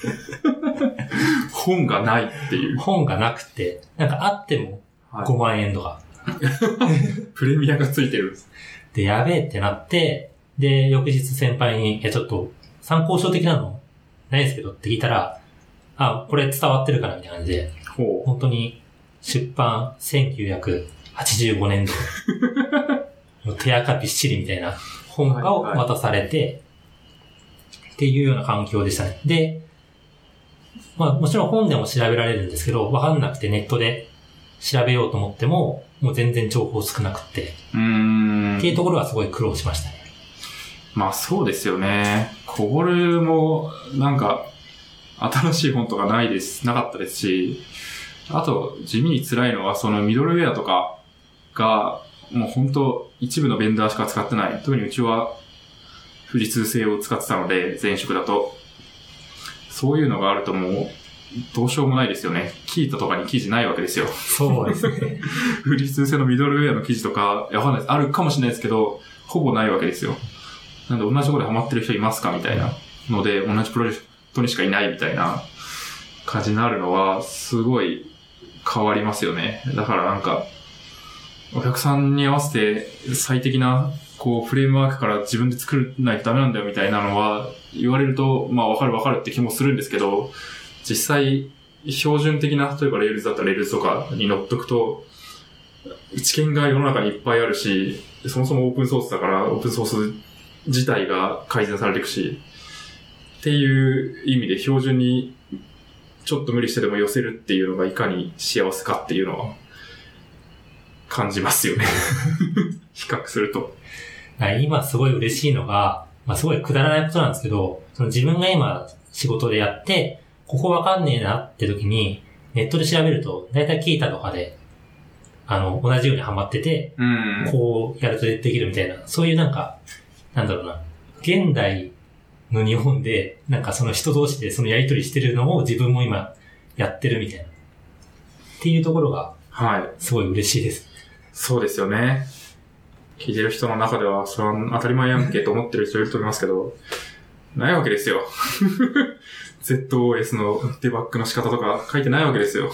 本がないっていう。 本がなくて、なんかあっても5万円とか。 プレミアがついてる。 で、やべえってなって、で、翌日先輩に、ちょっと参考書的なのないですけどって聞いたら、これ伝わってるからみたいな感じで、本当に出版1985年度手垢びっしりみたいな本を渡されて、っていうような環境でしたね。で、もちろん本でも調べられるんですけど、わかんなくてネットで調べようと思っても、もう全然情報少なくて、っていうところはすごい苦労しましたね。 そうですよね。コボルもなんか新しい本とかなかったですし、あと地味に辛いのはそのミドルウェアとかがもう本当一部のベンダーしか使ってない。特にうちは富士通製を使ってたので、前職だと。そういうのがあるともうどうしようもないですよね。キータとかに記事ないわけですよ。 そうですね。 富士通製のミドルウェアの記事とか、わかんないです。あるかもしれないですけど、ほぼないわけですよ。 なんで同じところでハマってる人いますかみたいなので、同じプロジェクトにしかいないみたいな感じになるのは、すごい変わりますよね。だからなんか、お客さんに合わせて最適な、こう、フレームワークから自分で作らないとダメなんだよみたいなのは、言われると、まあわかるって気もするんですけど、実際、標準的な、例えばレールズだったらレールズとかに乗っとくと、知見が世の中にいっぱいあるし、そもそもオープンソースだから、オープンソース自体が改善されていくし、っていう意味で標準にちょっと無理してでも寄せるっていうのがいかに幸せかっていうのは感じますよね。比較すると。 今すごい嬉しいのが、まあすごいくだらないことなんですけど、その自分が今仕事でやって、ここわかんねえなって時に、ネットで調べると、だいたいキータとかで、同じようにハマってて、こうやるとできるみたいな、そういうなんか、なんだろうな、現代の日本で、なんかその人同士でそのやりとりしてるのを自分も今やってるみたいな。っていうところが、はい。すごい嬉しいです。 そうですよね。聞いてる人の中では、それは当たり前やんけと思ってる人いると思いますけど、ないわけですよ。ZOS のデバッグの仕方とか書いてないわけですよ。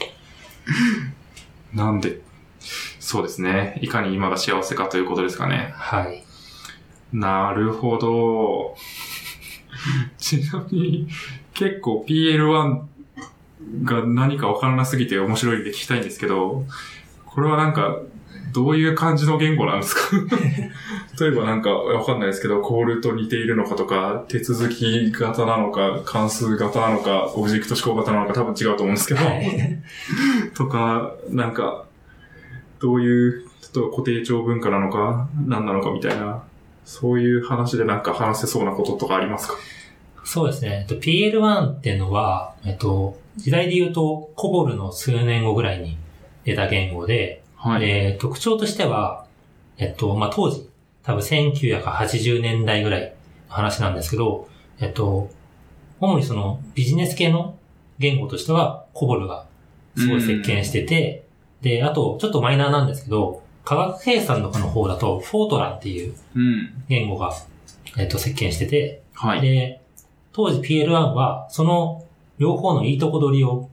なんで、そうですね。いかに今が幸せかということですかね。 はい。 なるほど。ちなみに、結構 PL1 が何かわからなすぎて面白いんで聞きたいんですけど、これはなんか、どういう感じの言語なんですか？例えばなんかわかんないですけど、コールと似ているのかとか、手続き型なのか、関数型なのか、オブジェクト指向型なのか多分違うと思うんですけど、とか、なんか、どういう、ちょっと固定長文化なのか、何なのかみたいな、そういう話でなんか話せそうなこととかありますか？ そうですね。PL1 っていうのは、時代で言うと、コボルの数年後ぐらいに出た言語で、はい、特徴としては、まあ、当時、多分1980年代ぐらいの話なんですけど、主にそのビジネス系の言語としては、コボルがすごい席巻してて、で、あと、ちょっとマイナーなんですけど、化学計算とかの方だと、フォートランっていう言語が、席巻してて、はい、で、当時 PL1 は、その両方のいいとこ取りを、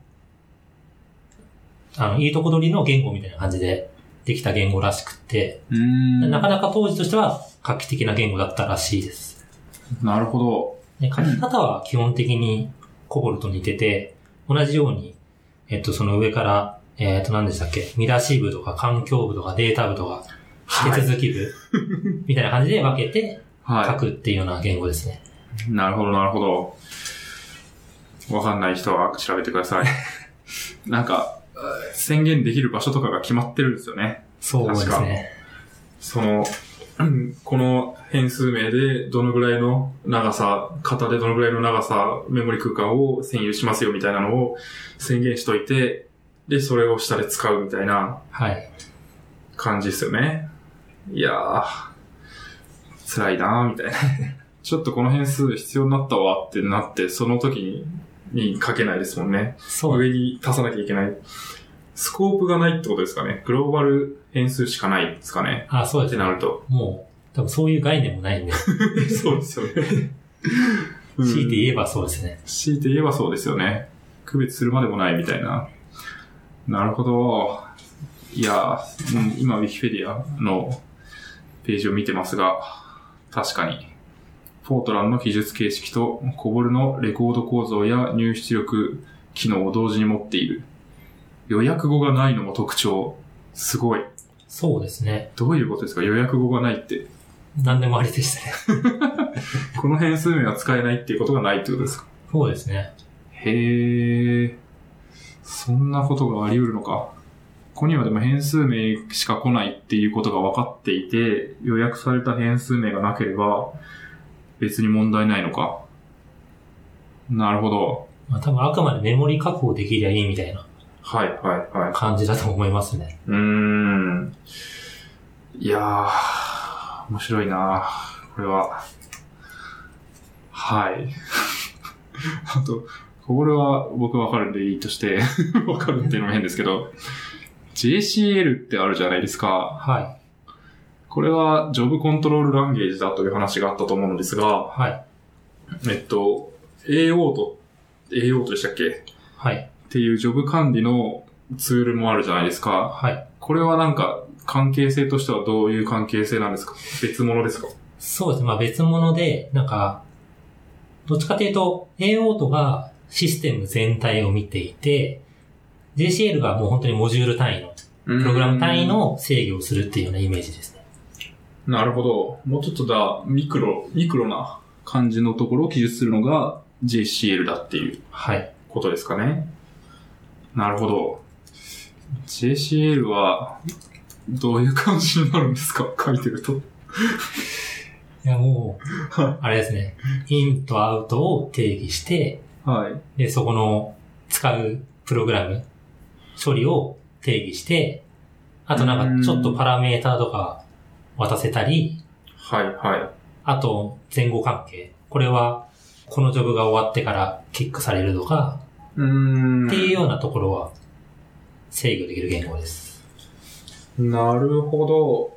いいとこ取りの言語みたいな感じでできた言語らしくって、なかなか当時としては画期的な言語だったらしいです。 なるほど。 で、書き方は基本的にコボルと似てて、同じように、その上から、何でしたっけ、見出し部とか環境部とかデータ部とか、手続き部、みたいな感じで分けて書くっていうような言語ですね。 はい、なるほど、なるほど。わかんない人は調べてください。なんか、宣言できる場所とかが決まってるんですよね。 そうですね。 この変数名でどのぐらいの長さ、型でどのぐらいの長さ、メモリ空間を占有しますよみたいなのを宣言しといて、で、それを下で使うみたいな感じですよね。いやー、辛いなーみたいな。ちょっとこの変数必要になったわってなって、その時に書けないですもんね。上に足さなきゃいけない。スコープがないってことですかね。グローバル変数しかないですかね。 あ、そうですね。 ってなると。 もう、多分そういう概念もないんで。 そうですよね。 強いて言えばそうですね。 強いて言えばそうですよね。区別するまでもないみたいな。なるほど。いや、今 Wikipedia のページを見てますが、確かに。フォートランの記述形式とコボルのレコード構造や入出力機能を同時に持っている。予約語がないのも特徴。すごい。 そうですね。 どういうことですか？予約語がないって。 何でもありでしたね。 この変数名は使えないっていうことがないってことですか？ そうですね。 へー。そんなことがあり得るのか。ここにはでも変数名しか来ないっていうことが分かっていて、予約された変数名がなければ別に問題ないのか。なるほど。 まあ、多分あくまでメモリ確保できりゃいいみたいな。 はいはいはい。 感じだと思いますね。 いやー、面白いなこれは。はい。あと、これは僕わかるんでいいとして、わかるっていうのも変ですけど、JCL ってあるじゃないですか。 はい。 これはジョブコントロールランゲージだという話があったと思うのですが、 はい。 AO でしたっけ？ はい。 っていうジョブ管理のツールもあるじゃないですか。 はい。 これはなんか関係性としてはどういう関係性なんですか？別物ですか？ そうですね。まあ別物で、なんか、どっちかというと AO とがシステム全体を見ていて、JCL がもう本当にモジュール単位の、プログラム単位の制御をするっていうようなイメージですね。 なるほど。もうちょっとミクロな感じのところを記述するのが JCL だっていうことですかね。はい、なるほど。JCL はどういう感じになるんですか？書いてると。 いやもう、あれですね。インとアウトを定義して、 はい。 で、そこの使うプログラム、処理を定義して、あとなんかちょっとパラメーターとか渡せたり、 はいはい。 あと前後関係。これはこのジョブが終わってからキックされるとか、っていうようなところは制御できる言語です。 なるほど。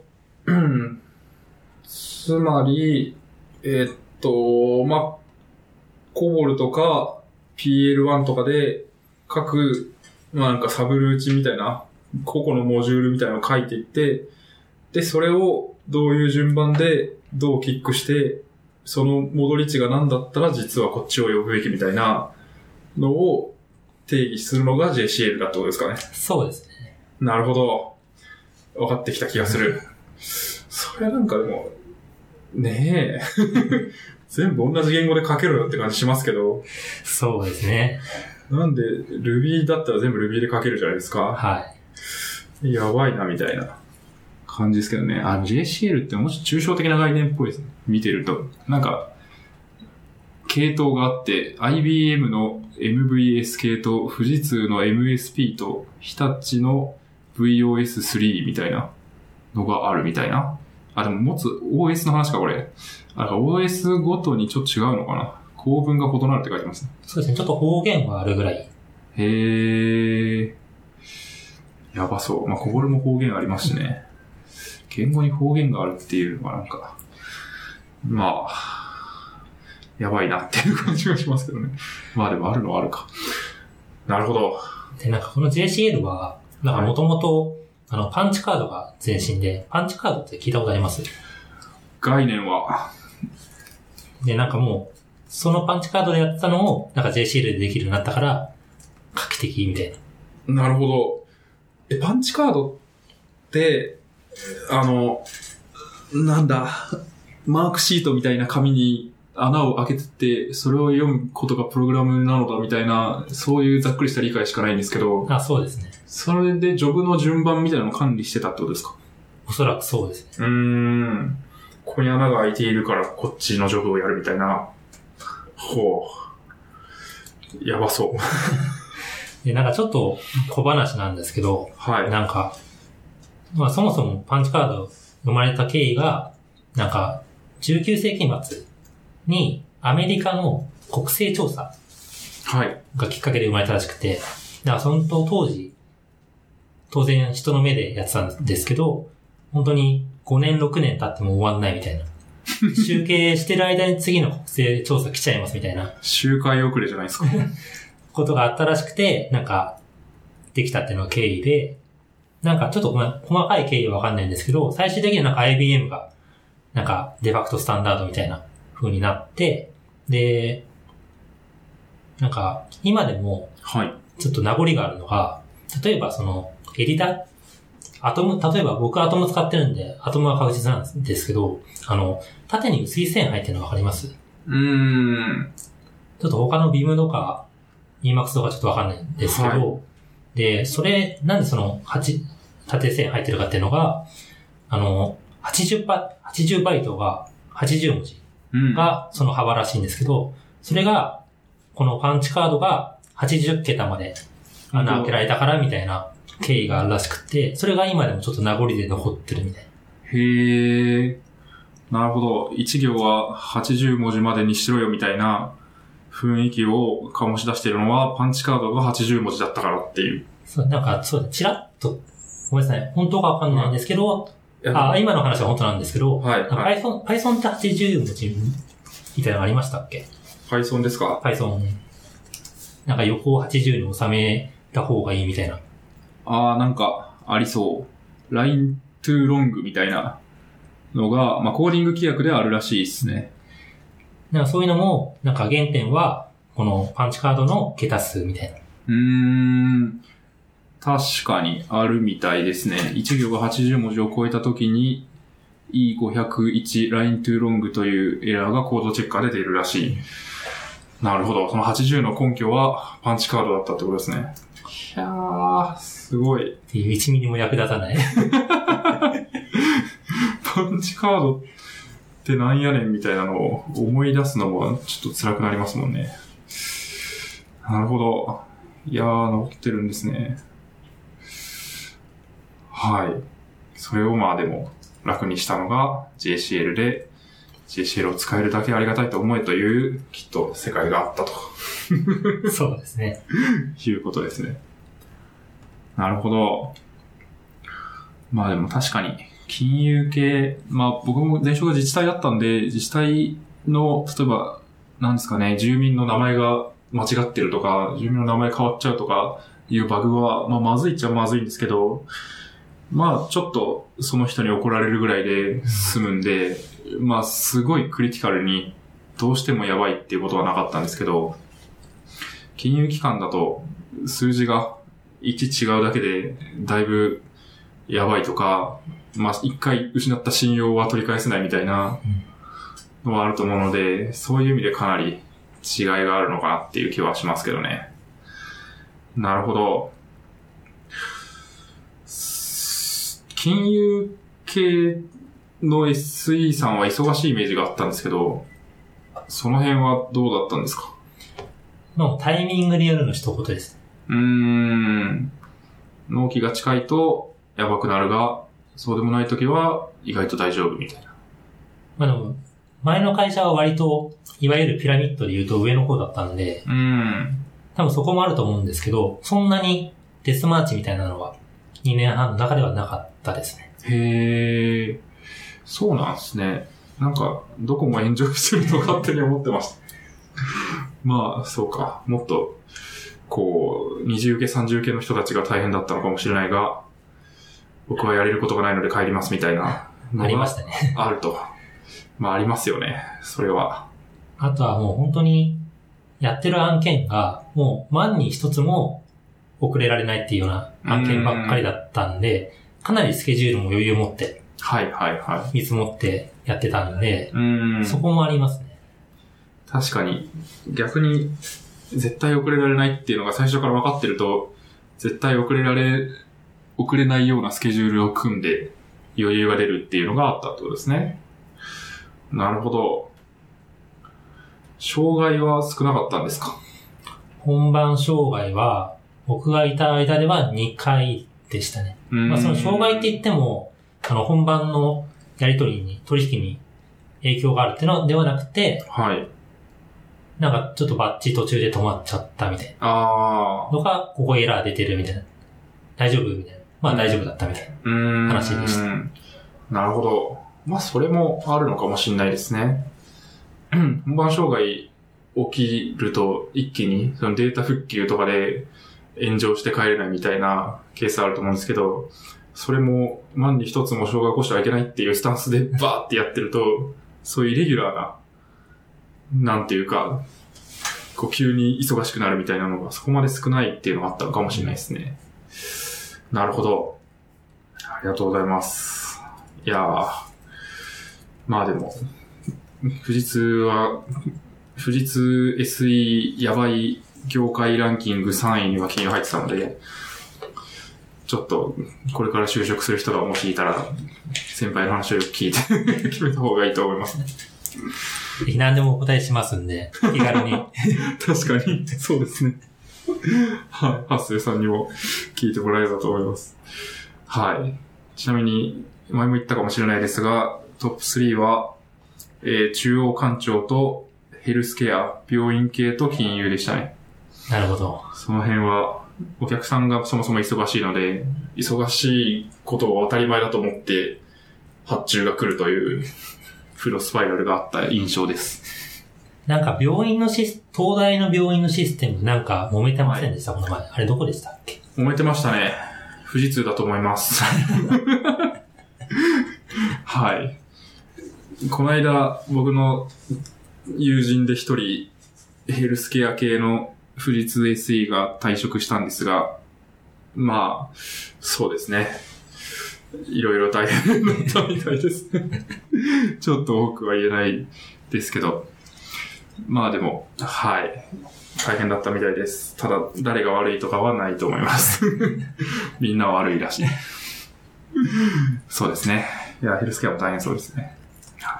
つまり、コボルとか PL1 とかで各、なんかサブルーチみたいな、個々のモジュールみたいなのを書いていって、で、それをどういう順番でどうキックして、その戻り値が何だったら実はこっちを呼ぶべきみたいなのを定義するのが JCL だってことですかね。 そうですね。 なるほど。分かってきた気がする。それはなんかでも、ねえ。全部同じ言語で書けるよって感じしますけど。 そうですね。 なんで Ruby だったら全部 Ruby で書けるじゃないですか。 はい。 やばいなみたいな感じですけどね。JCL ってもうちょっと抽象的な概念っぽいですね。見てると。なんか、系統があって、IBM の MVS 系統、富士通の MSP と、日立の VOS3 みたいなのがあるみたいな。でも持つ OS の話か、これ。OS ごとにちょっと違うのかな。構文が異なるって書いてますね。 そうですね。ちょっと方言はあるぐらい。 へー。やばそう。こぼれも方言ありますしね。言語に方言があるっていうのはなんか、やばいなっていう感じがしますけどね。でもあるのはあるか。なるほど。 で、なんかこの JCL は、なんかもともと、パンチカードが前身で、パンチカードって聞いたことあります？ 概念は。 で、なんかもう、そのパンチカードでやってたのを、なんか JCL でできるようになったから、画期的みたいな。なるほど。パンチカードって、マークシートみたいな紙に穴を開けてて、それを読むことがプログラムなのだみたいな、そういうざっくりした理解しかないんですけど。 そうですね。 それでジョブの順番みたいなのを管理してたってことですか？ おそらくそうですね。 ここに穴が開いているからこっちのジョブをやるみたいな。やばそう。 で、なんかちょっと小話なんですけど、 はい。 なんか、そもそもパンチカード生まれた経緯が、なんか、19世紀末にアメリカの国勢調査がきっかけで生まれたらしくて、だからその当時、当然人の目でやってたんですけど、本当に5年6年経っても終わんないみたいな。集計してる間に次の国勢調査来ちゃいますみたいな。 周回遅れじゃないですか。 ことがあったらしくて、なんか、できたっていうのが経緯で、なんかちょっと細かい経緯はわかんないんですけど、最終的にはなんか IBM が、なんかデファクトスタンダードみたいな風になって、で、なんか今でも、ちょっと名残があるのが、例えばそのエディター、例えば僕アトム使ってるんで、アトムは確実なんですけど、縦に薄い線入ってるのわかります？ちょっと他のビームとか Emacs とかちょっとわかんないんですけど、で、それ、なんでその縦線入ってるかっていうのが、80バイトが80文字がその幅らしいんですけど、それが、このパンチカードが80桁まで穴開けられたからみたいな経緯があるらしくて、それが今でもちょっと名残で残ってるみたいな。 へー。なるほど。1行は80文字までにしろよみたいな雰囲気を醸し出しているのは、パンチカードが80文字だったからっていう。 そう、なんか、そう、チラッと、ごめんなさい。本当かわかんないんですけど、 今の話は本当なんですけど、 はい。 Python って80文字みたいなのありましたっけ？ Python ですか？ Python。なんか横を80に収めた方がいいみたいな。 なんか、ありそう。line to long みたいなのが、コーディング規約ではあるらしいですね。 なんかそういうのも、なんか原点は、このパンチカードの桁数みたいな。 確かにあるみたいですね。1行が80文字を超えたときに E501 line to long というエラーがコードチェッカーで出るらしい。なるほど。その80の根拠はパンチカードだったってことですね。いやー、すごい。 っていう1ミリも役立たない。 パンチカードってなんやねんみたいなのを思い出すのもちょっと辛くなりますもんね。なるほど。いやー、残ってるんですね。はい。それをでも楽にしたのが JCL で、JCL を使えるだけありがたいと思えという、きっと世界があったと。 そうですね。 いうことですね。なるほど。でも確かに、金融系、僕も前職が自治体だったんで、自治体の、例えば、なんですかね、住民の名前が間違ってるとか、住民の名前変わっちゃうとかいうバグは、まずいっちゃまずいんですけど、ちょっとその人に怒られるぐらいで済むんで、すごいクリティカルにどうしてもやばいっていうことはなかったんですけど、金融機関だと数字が1違うだけでだいぶやばいとか、一回失った信用は取り返せないみたいなのはあると思うので、そういう意味でかなり違いがあるのかなっていう気はしますけどね。なるほど。金融系の SE さんは忙しいイメージがあったんですけど、その辺はどうだったんですか？ タイミングによるの一言です。 納期が近いとやばくなるが、そうでもないときは意外と大丈夫みたいな。 でも、前の会社は割と、いわゆるピラミッドで言うと上の方だったんで、多分そこもあると思うんですけど、そんなにデスマーチみたいなのは2年半の中ではなかったですね。 へー。そうなんですね。なんか、どこも炎上してると勝手に思ってました。そうか。もっと、二次受け三次受けの人たちが大変だったのかもしれないが、僕はやれることがないので帰りますみたいなのがありましたね。 あると。ありますよね。それは。 あとはもう本当に、やってる案件が、もう万に一つも遅れられないっていうような案件ばっかりだったんで、かなりスケジュールも余裕を持って、見積もってやってたんで、そこもありますね。 確かに、逆に、絶対遅れられないっていうのが最初から分かってると、絶対遅れないようなスケジュールを組んで余裕が出るっていうのがあったってことですね。なるほど。障害は少なかったんですか？ 本番障害は、僕がいた間では2回でしたね。その障害って言っても、本番のやり取引に影響があるっていうのではなくて、なんかちょっとバッチ途中で止まっちゃったみたいな。のが、ここエラー出てるみたいな。大丈夫みたいな。大丈夫だったみたいな話でした。 なるほど。それもあるのかもしれないですね。本番障害起きると一気にそのデータ復旧とかで炎上して帰れないみたいなケースあると思うんですけど、それも万に一つも障害起こしてはいけないっていうスタンスでバーってやってると、そういうイレギュラーな、なんていうか、急に忙しくなるみたいなのがそこまで少ないっていうのがあったのかもしれないですね。なるほど。ありがとうございます。いやー、でも、富士通 SE やばい業界ランキング3位には金融入ってたので、ちょっとこれから就職する人がもしいたら、先輩の話をよく聞いて決めた方がいいと思いますね。 何でもお答えしますんで、気軽に。 確かに、そうですね。はい。ハッスルさんにも聞いてもらえればと思います。はい。ちなみに、前も言ったかもしれないですが、トップ3は、中央官庁とヘルスケア、病院系と金融でしたね。 なるほど。 その辺は、お客さんがそもそも忙しいので、忙しいことを当たり前だと思って発注が来るというフロスパイラルがあった印象です。 なんか病院の東大の病院のシステムなんか揉めてませんでした、この前。あれどこでしたっけ？ 揉めてましたね。富士通だと思います。はい。この間、僕の友人で一人、ヘルスケア系の富士通 SE が退職したんですが、まあ、そうですね。いろいろ大変だったみたいですね。ちょっと多くは言えないですけど。まあでも、はい。大変だったみたいです。ただ、誰が悪いとかはないと思います。みんな悪いらしい。そうですね。いや、ヘルスケアも大変そうですね。はい。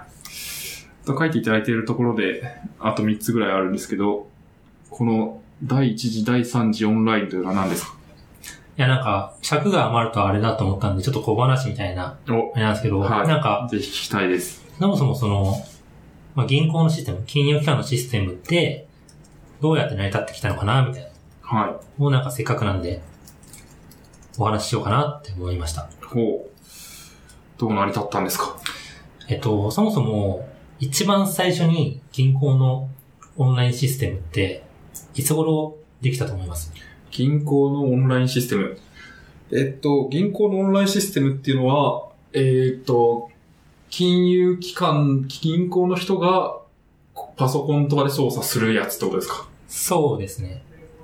と書いていただいているところで、あと3つぐらいあるんですけど、この第1次、第3次オンラインというのは何ですか？ いや、なんか、尺が余るとあれだと思ったんで、ちょっと小話みたいな、あれなんですけど、 はい、 なんか、 ぜひ聞きたいです。 そもそもその、まあ、銀行のシステム、金融機関のシステムって、どうやって成り立ってきたのかな、みたいな。 はい。 もうなんかせっかくなんで、お話ししようかなって思いました。 ほう。どう成り立ったんですか？ そもそも、一番最初に銀行のオンラインシステムって、いつ頃できたと思います？ 銀行のオンラインシステム。銀行のオンラインシステムっていうのは、金融機関、銀行の人がパソコンとかで操作するやつってことですか？ そうですね。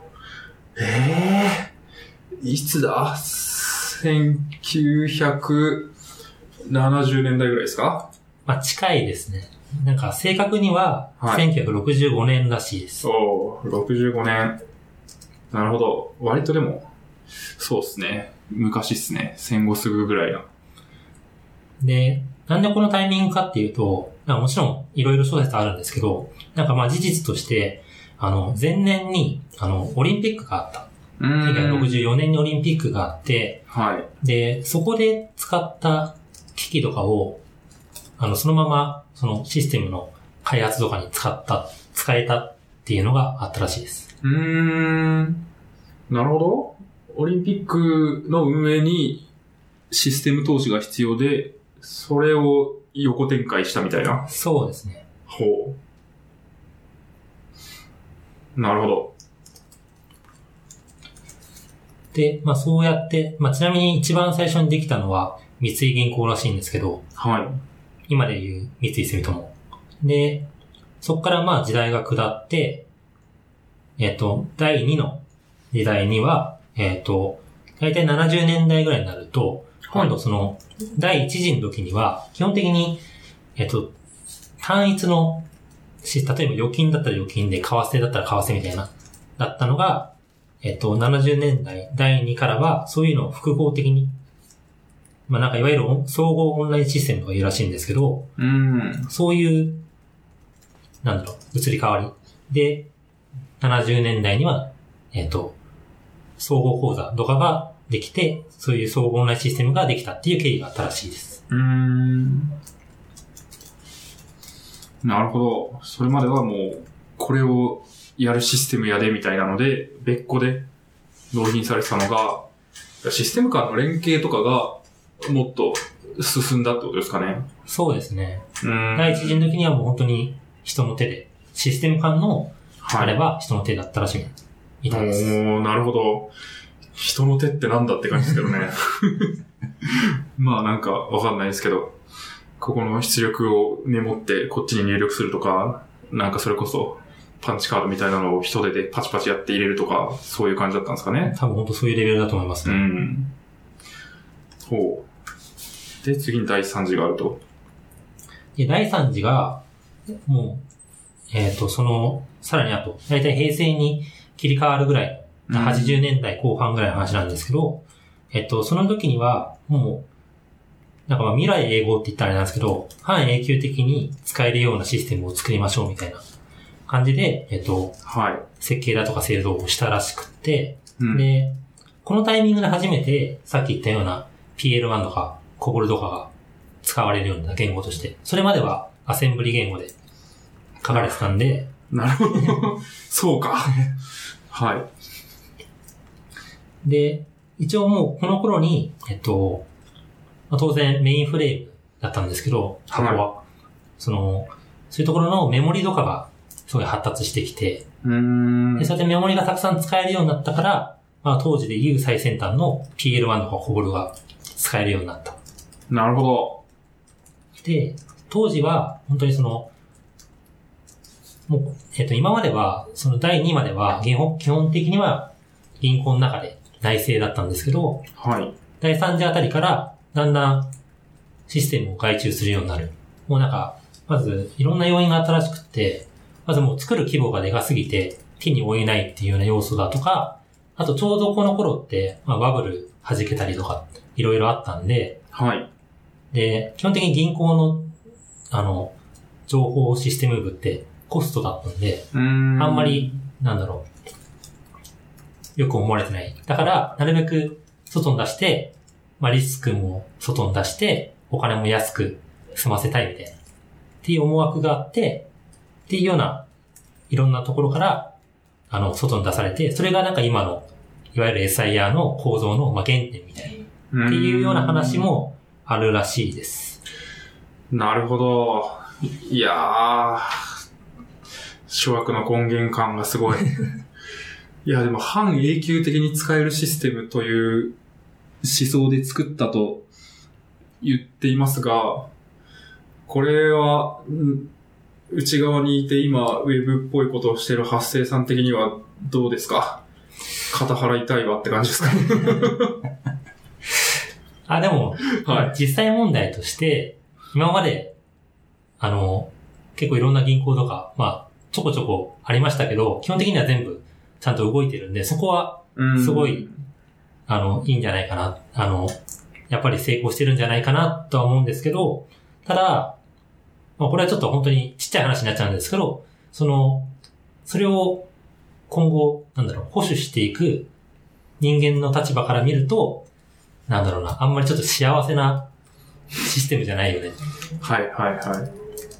いつだ ?1970 年代ぐらいですか？ まあ近いですね。なんか正確には1965年らしいです。 おー、65年。なるほど。割とでも、そうですね。昔っすね。戦後すぐぐらいな。 で、なんでこのタイミングかっていうと、もちろんいろいろ諸説あるんですけど、なんかまあ事実として、前年に、オリンピックがあった。1964年にオリンピックがあって、 はい。 で、そこで使った機器とかを、そのまま、そのシステムの開発とかに使えたっていうのがあったらしいです。 なるほど。オリンピックの運営にシステム投資が必要で、それを横展開したみたいな。 そうですね。 ほう。なるほど。 で、まあそうやって、まあちなみに一番最初にできたのは三井銀行らしいんですけど、 はい。 今でいう三井住友。で、そこからまあ時代が下って、第2の時代には、大体70年代ぐらいになると、今度その、第1次の時には、基本的に、単一の、例えば預金だったら預金で、為替だったら為替みたいな、だったのが、70年代、第2からは、そういうのを複合的に、まあなんかいわゆる総合オンラインシステムとか言うらしいんですけど、そういう、移り変わり。で、70年代には、総合口座とかができて、そういう総合オンラインシステムができたっていう経緯があったらしいです。 なるほど。それまではもう、これをやるシステムやでみたいなので、別個で納品されてたのが、システム間の連携とかがもっと進んだってことですかね。 そうですね。第一次の時にはもう本当に人の手で、システム間のあれば人の手だったらしいみたいです。 なるほど。人の手ってなんだって感じですけどね。まあなんかわかんないですけど、ここの出力をメモってこっちに入力するとか、なんかそれこそパンチカードみたいなのを人手でパチパチやって入れるとか、そういう感じだったんですかね。 多分本当そういうレベルだと思いますね。 ほう。で、次に第3次があると。 で、第3次が、もう、さらにあと、だいたい平成に切り替わるぐらい、80年代後半ぐらいの話なんですけど、その時には、もう、なんかまあ未来永劫って言ったらあれなんですけど、半永久的に使えるようなシステムを作りましょうみたいな感じで、 はい。 設計だとか制度をしたらしくって、で、このタイミングで初めて、さっき言ったような PL1 とか、コボルとかが使われるような言語として、それまではアセンブリ言語で書かれてたんで、 なるほど。そうか。はい。 で、一応もうこの頃に、当然メインフレームだったんですけど、 はい、 ここは。そういうところのメモリとかがすごい発達してきて、で、そうやってメモリがたくさん使えるようになったから、まあ当時でいう最先端の PL1 とかコボルが使えるようになった。 なるほど。 で、当時は本当にもう、今までは、第2までは、基本的には銀行の中で内製だったんですけど、 はい。 第3次あたりから、だんだんシステムを外注するようになる。もうなんか、まず、いろんな要因があったらしくって、まずもう作る規模がでかすぎて、手に負えないっていうような要素だとか、あとちょうどこの頃って、まあ、バブル弾けたりとか、いろいろあったんで、 はい。 で、基本的に銀行の、情報システム部ってコストだったんで、あんまり、よく思われてない。だから、なるべく外に出して、まあ、リスクも外に出して、お金も安く済ませたいみたいな。っていう思惑があって、っていうような、いろんなところから、外に出されて、それがなんか今の、いわゆる SIR の構造の、まあ、原点みたいな。っていうような話もあるらしいです。 なるほど。いやー、諸悪の根源感がすごい。いや、でも半永久的に使えるシステムという思想で作ったと言っていますが、これは、内側にいて今ウェブっぽいことをしている発生さん的にはどうですか？肩払いたいわって感じですか？ でも、 はい、 実際問題として、今まで、結構いろんな銀行とか、まあ、ちょこちょこありましたけど、基本的には全部ちゃんと動いてるんで、そこは、すごい、いいんじゃないかな。やっぱり成功してるんじゃないかなとは思うんですけど、ただ、まあ、これはちょっと本当にちっちゃい話になっちゃうんですけど、それを今後、保守していく人間の立場から見ると、あんまりちょっと幸せなシステムじゃないよね。 はいはいはい。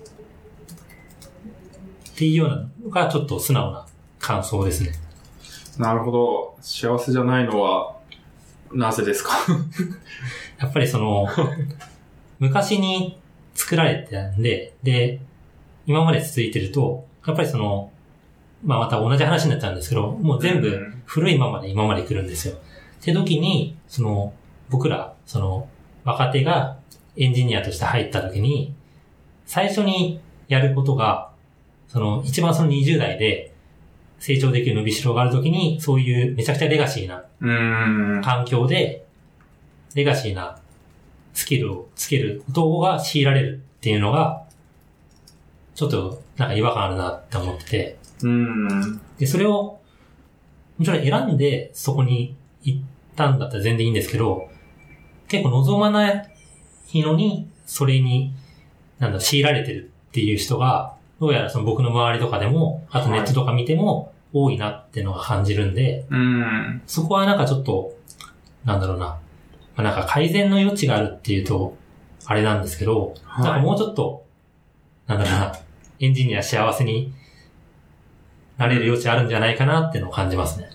っていうようなのがちょっと素直な感想ですね。 なるほど。幸せじゃないのは、なぜですか？ やっぱり昔に作られてたんで、で、今まで続いてると、やっぱりまあまた同じ話になっちゃうんですけど、もう全部古いままで今まで来るんですよ。って時に、僕ら、若手がエンジニアとして入った時に、最初にやることが、一番20代で成長できる伸びしろがある時に、そういうめちゃくちゃレガシーな環境で、レガシーなスキルをつけることが強いられるっていうのが、ちょっとなんか違和感あるなって思ってて。で、それを、もちろん選んでそこに行ったんだったら全然いいんですけど、結構望まないのに、それに、強いられてるっていう人が、どうやら僕の周りとかでも、あとネットとか見ても多いなっていうのが感じるんで、そこはなんかちょっと、なんか改善の余地があるっていうと、あれなんですけど、なんかもうちょっと、エンジニア幸せになれる余地あるんじゃないかなっていうのを感じますね。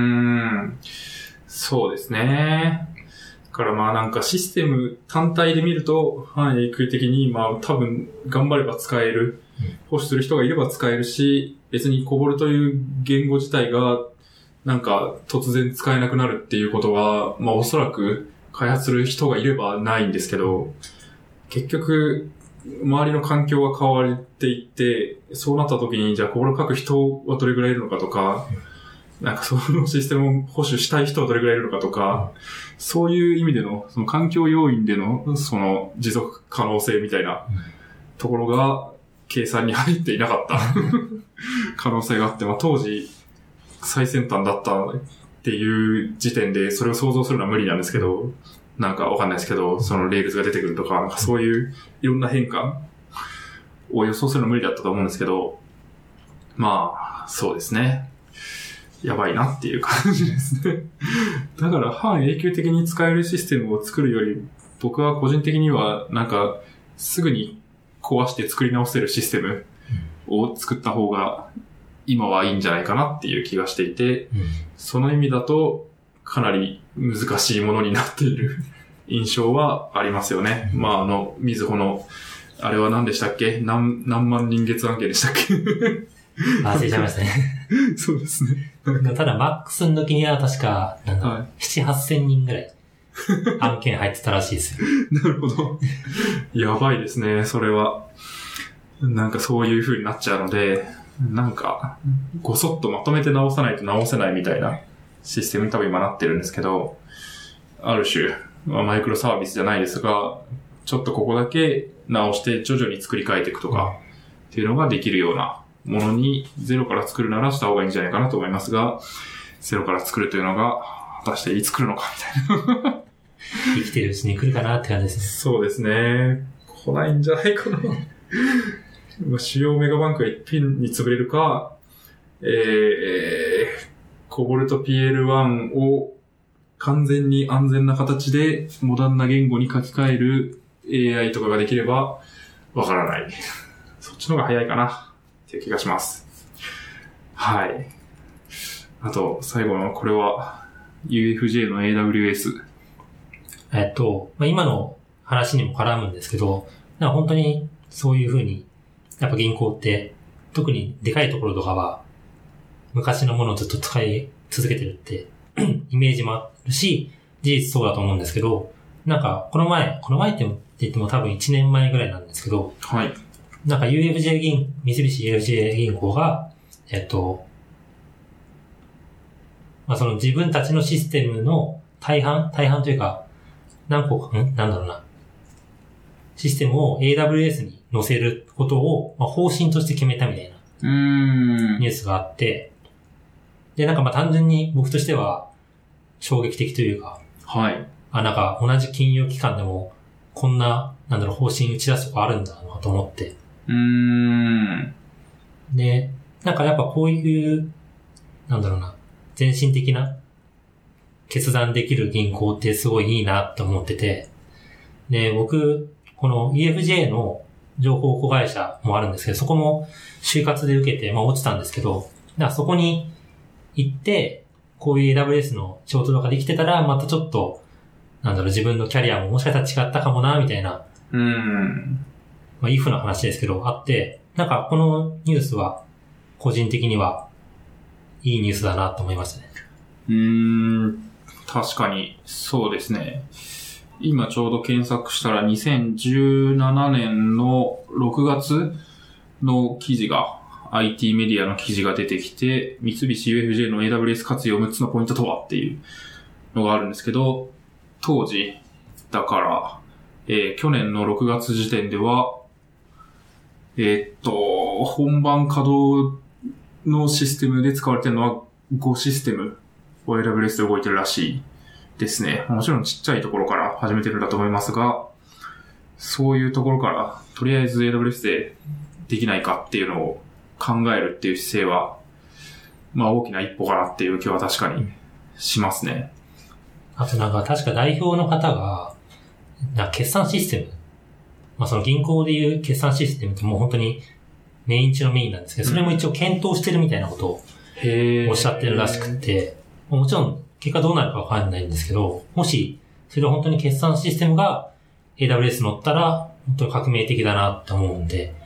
そうですね。だからまあなんかシステム単体で見ると、半永久的にまあ多分頑張れば使える。保守する人がいれば使えるし、別にコボルという言語自体がなんか突然使えなくなるっていうことは、まあおそらく開発する人がいればないんですけど、結局周りの環境が変わっていって、そうなった時にじゃあコボルを書く人はどれぐらいいるのかとか、なんかそのシステムを保守したい人はどれぐらいいるのかとか、そういう意味でのその環境要因でのその持続可能性みたいなところが計算に入っていなかった可能性があって、まあ当時最先端だったっていう時点でそれを想像するのは無理なんですけど、なんかわかんないですけど、そのレールズが出てくるとか、なんかそういういろんな変化を予想するのは無理だったと思うんですけど、まあそうですね。やばいなっていう感じですね。だから半永久的に使えるシステムを作るより、僕は個人的にはなんかすぐに壊して作り直せるシステムを作った方が今はいいんじゃないかなっていう気がしていて、その意味だとかなり難しいものになっている印象はありますよね。まあみずほの、あれは何でしたっけ？何万人月案件でしたっけ？ 忘れちゃいましたね。 そうですね。 ただ、マックスの時には確か、7、8千人ぐらい案件入ってたらしいですよ。 なるほど。やばいですね、それは。なんかそういう風になっちゃうので、なんか、ごそっとまとめて直さないと直せないみたいなシステムに多分今なってるんですけど、ある種、マイクロサービスじゃないですが、ちょっとここだけ直して徐々に作り変えていくとか、っていうのができるようなものにゼロから作るならした方がいいんじゃないかなと思いますが、ゼロから作るというのが果たしていつ来るのかみたいな。 生きてるうちに来るかなって感じですね。 そうですね。来ないんじゃないかな。主要メガバンクが一品に潰れるか、コボルト PL1 を完全に安全な形でモダンな言語に書き換える AI とかができればわからない。そっちの方が早いかなっていう気がします。はい。あと、最後のこれは UFJ の AWS。 今の話にも絡むんですけど、本当にそういう風に、やっぱ銀行って、特にでかいところとかは、昔のものをずっと使い続けてるって、イメージもあるし、事実そうだと思うんですけど、なんか、この前って言っても多分1年前ぐらいなんですけど、 はい。 なんか三菱 UFJ 銀行が、その自分たちのシステムの大半というか、何個か、システムを AWS に載せることを、方針として決めたみたいなニュースがあって、で、単純に僕としては衝撃的というか、 はい。 同じ金融機関でもこんな、方針打ち出すとこあるんだなと思って。で、やっぱこういう、前進的な決断できる銀行ってすごいいいなって思ってて、で、僕、この EFJ の情報子会社もあるんですけど、そこも就活で受けて、落ちたんですけど、そこに行って、こういう AWS の仕事とかできてたら、またちょっと、自分のキャリアももしかしたら違ったかもな、みたいな。イフの話ですけど、あって、このニュースは、個人的には、いいニュースだなと思いましたね。 確かに、そうですね。今ちょうど検索したら2017年の6月の記事が、IT メディアの記事が出てきて、三菱 UFJ の AWS 活用6つのポイントとはっていうのがあるんですけど、当時、だから、去年の6月時点では、本番稼働のシステムで使われているのは5システムを AWS で動いてるらしいですね。もちろんちっちゃいところから始めてるんだと思いますが、そういうところから、とりあえず AWS でできないかっていうのを考えるっていう姿勢は、大きな一歩かなっていう気は確かにしますね。 あと確か代表の方が、決算システム。その銀行でいう決算システムってもう本当にメイン中のメインなんですけど、それも一応検討してるみたいなことをおっしゃってるらしくて、もちろん結果どうなるかわかんないんですけど、もしそれは本当に決算システムが AWS 乗ったら本当に革命的だなって思うんで。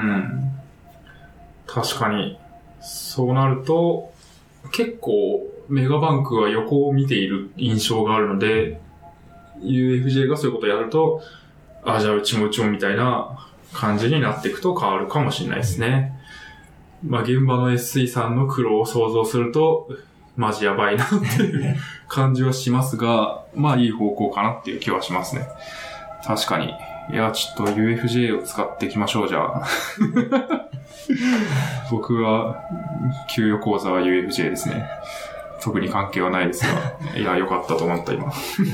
確かに。そうなると、結構メガバンクは横を見ている印象があるので、UFJ がそういうことをやると、じゃあうちもみたいな感じになっていくと変わるかもしれないですね。現場の SE さんの苦労を想像すると、マジやばいなっていう感じはしますが、いい方向かなっていう気はしますね。確かに。いや、ちょっと UFJ を使っていきましょう、じゃあ。僕は、給与口座は UFJ ですね。特に関係はないですが、いや、良かったと思った、今。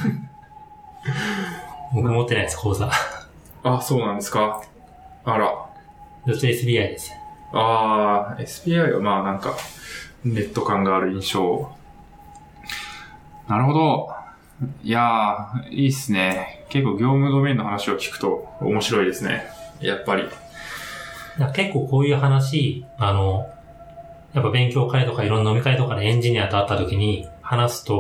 僕持ってないです、口座。 そうなんですか。あら。 どっち SBI です。 SBI はネット感がある印象。なるほど。いやー、いいっすね。結構業務ドメインの話を聞くと面白いですね。やっぱり。 結構こういう話、やっぱ勉強会とかいろんな飲み会とかでエンジニアと会った時に話すと、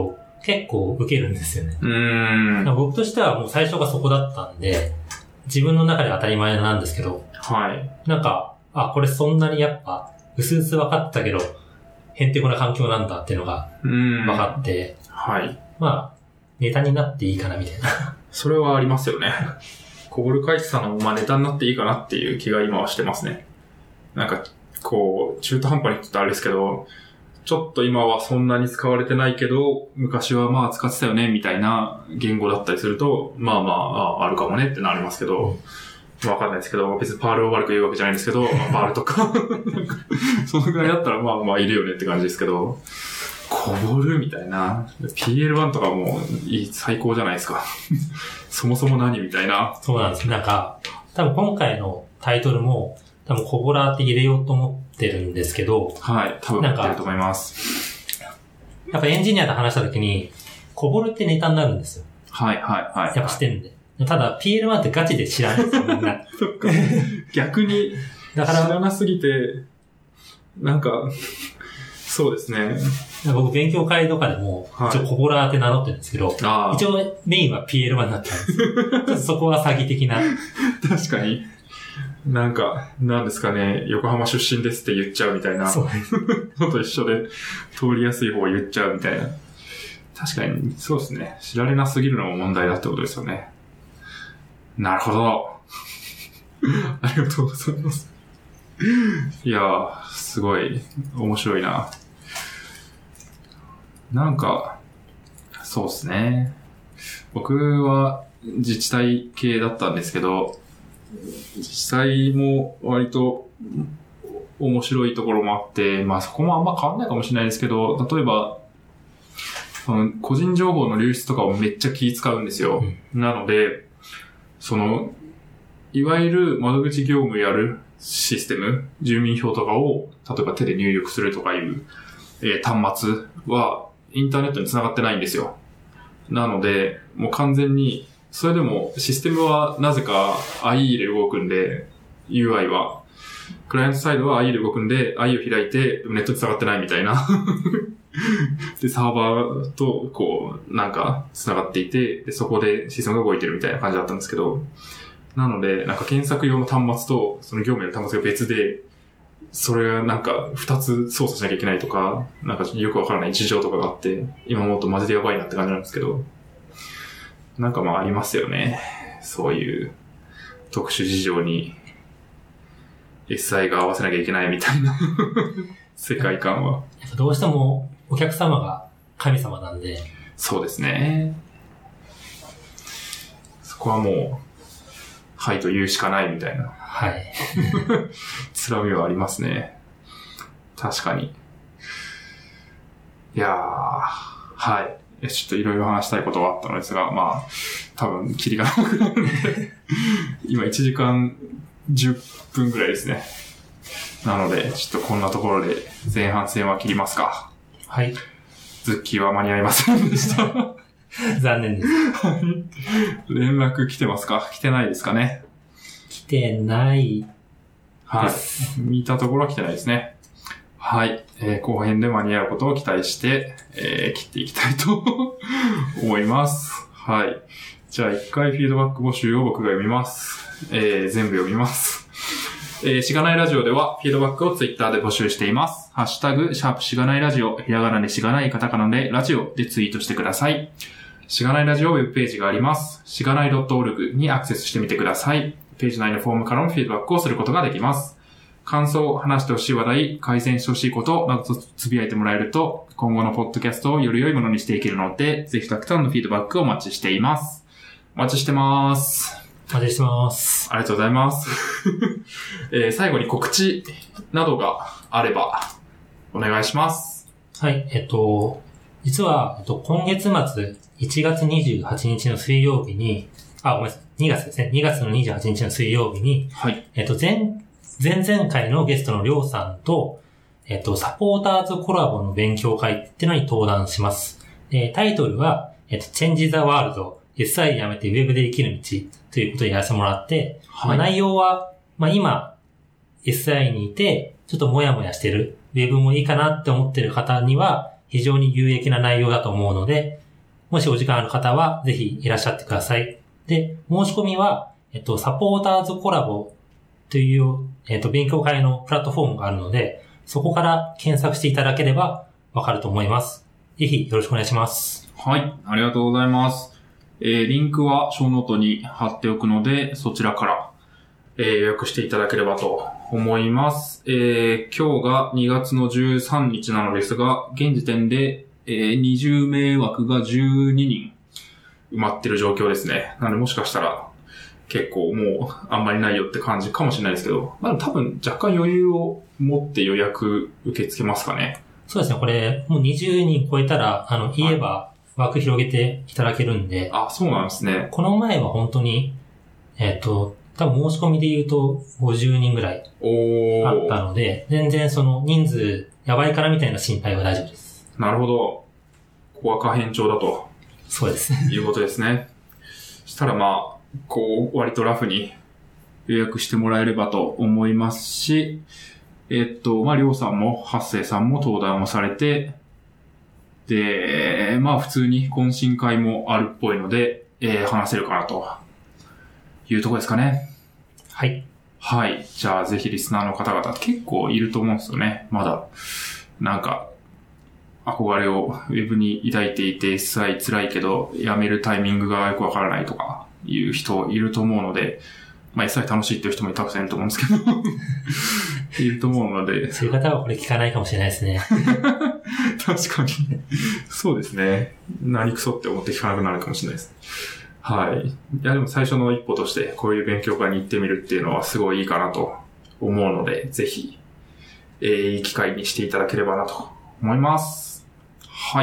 結構受けるんですよね。僕としてはもう最初がそこだったんで、自分の中で当たり前なんですけど、 はい。 なんか、これそんなにやっぱ、薄々分かってたけど、へんてこな環境なんだっていうのが分かって、 はい。 まあ、ネタになっていいかなみたいな。 それはありますよね。コボル回帰さんのネタになっていいかなっていう気が今はしてますね。なんか、こう、中途半端に言ってたあれですけど、ちょっと今はそんなに使われてないけど、昔はまあ使ってたよね、みたいな言語だったりすると、まあ、あるかもねってなりますけど、わかんないですけど、別にパールを悪く言うわけじゃないんですけど、パールとか、そのぐらいだったらまあいるよねって感じですけど、こぼるみたいな。PL1 とかも最高じゃないですか。そもそも何みたいな。 そうなんです。なんか、多分今回のタイトルも、多分コボラーって入れようと思ってるんですけど。 はい、多分入ってると思います。 やっぱエンジニアと話した時に、こぼるってネタになるんですよ。 はい。 やっぱ知ってるんで。ただ PL1 ってガチで知らないんですよ、みんな。 逆に、だから知らなすぎて、なんか、そうですね。 僕勉強会とかでも、一応コボラーって名乗ってるんですけど、一応メインは PL1 になってるんです。そこは詐欺的な。 確かに。なんか、なんですかね、横浜出身ですって言っちゃうみたいな。そうのと一緒で、通りやすい方を言っちゃうみたいな。確かに、そうですね。知られなすぎるのも問題だってことですよね。なるほど。ありがとうございます。いやー、すごい、面白いな。なんか、そうですね。僕は自治体系だったんですけど、自治体も割と面白いところもあって、まあそこもあんま変わんないかもしれないですけど、例えば、個人情報の流出とかをめっちゃ気使うんですよ。なので、いわゆる窓口業務やるシステム、住民票とかを、例えば手で入力するとかいう、端末はインターネットに繋がってないんですよ。なので、もう完全に、それでもシステムはなぜか IE で動くんで、UI は。クライアントサイドは IE で動くんで、IE を開いてネットに繋がってないみたいな。で、サーバーと、なんか、繋がっていて、で、そこでシステムが動いてるみたいな感じだったんですけど、なので、なんか検索用の端末と、その業務用の端末が別で、それがなんか、二つ操作しなきゃいけないとか、なんかよくわからない事情とかがあって、今思うとマジでやばいなって感じなんですけど、なんかまあありますよね。そういう特殊事情に SI が合わせなきゃいけないみたいな世界観は。 やっぱどうしてもお客様が神様なんで。 そうですね。そこはもう、はいと言うしかないみたいな。 はい。 辛みはありますね。確かに。いやー、はい。ちょっといろいろ話したいことはあったのですが、まあ、多分、キリがなくなるので、今1時間10分ぐらいですね。なので、ちょっとこんなところで前半戦は切りますか。 はい。 ズッキーは間に合いませんでした。 残念です。 連絡来てますか？来てないですかね？ 来てないです。 はい。見たところは来てないですね。はい。後編で間に合うことを期待して、切っていきたいと思います。はい。じゃあ一回フィードバック募集を僕が読みます。全部読みます。しがないラジオではフィードバックをツイッターで募集しています。ハッシュタグ、#しがないラジオ、ひらがなでしがないカタカナでラジオでツイートしてください。しがないラジオウェブページがあります。しがない .org にアクセスしてみてください。ページ内のフォームからもフィードバックをすることができます。感想、話してほしい話題、改善してほしいことなどとつぶやいてもらえると、今後のポッドキャストをより良いものにしていけるので、ぜひたくさんのフィードバックをお待ちしています。お待ちしてます。 お待ちしてます。 ありがとうございます。最後に告知などがあれば、お願いします。 はい、実は、今月末、1月28日の水曜日に、ごめんなさい、2月ですね。2月の28日の水曜日に、 はい。 前々回のゲストのりょうさんと、サポーターズコラボの勉強会っていうのに登壇します。タイトルは、Change the World SI やめてウェブで生きる道ということをやらせてもらって、はい。内容は、今、SI にいて、ちょっともやもやしてる、ウェブもいいかなって思ってる方には、非常に有益な内容だと思うので、 もしお時間ある方はぜひいらっしゃってください。で、申し込みは、サポーターズコラボという、勉強会のプラットフォームがあるので、そこから検索していただければわかると思います。ぜひよろしくお願いします。 はい、ありがとうございます。リンクはショーノートに貼っておくので、そちらから、予約していただければと思います。今日が2月の13日なのですが、現時点で、20名枠が12人埋まってる状況ですね。なのでもしかしたら結構もうあんまりないよって感じかもしれないですけど、まあ多分若干余裕を持って予約受け付けますかね。 そうですね。これもう20人超えたら言えば枠広げていただけるんで。 あ、そうなんですね。 この前は本当に多分申し込みで言うと50人ぐらいあったので、全然その人数やばいからみたいな心配は大丈夫です。 なるほど。ここは可変調だと。 そうです。 いうことですね。したらまあ、こう、割とラフに予約してもらえればと思いますし、まあ、りょうさんも、はっせいさんも登壇をされて、で、まあ、普通に懇親会もあるっぽいので、話せるかなというところですかね。 はい。 はい。じゃあ、ぜひリスナーの方々結構いると思うんですよね。まだ、なんか、憧れをウェブに抱いていて、SI 辛いけど、辞めるタイミングがよくわからないとか、いう人いると思うので、まあ SI 楽しいっていう人もたくさんいると思うんですけど、いると思うので。 そういう方はこれ聞かないかもしれないですね。 確かに。そうですね。何クソって思って聞かなくなるかもしれないです。はい。いやでも最初の一歩として、こういう勉強会に行ってみるっていうのはすごいいいかなと思うので、ぜひ、いい機会にしていただければなと思います。はい。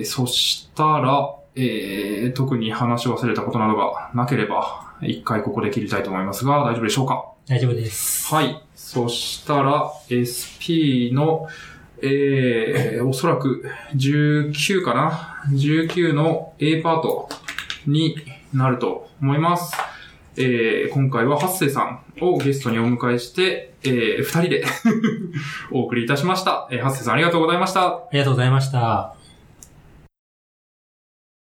そしたら、特に話し忘れたことなどがなければ、一回ここで切りたいと思いますが、大丈夫でしょうか？ 大丈夫です。 はい。そしたら、SP の、おそらく19かな ?19 の A パートになると思います。今回はハッセイさんをゲストにお迎えして、二人でお送りいたしました。ハッセイさんありがとうございました。 ありがとうございました。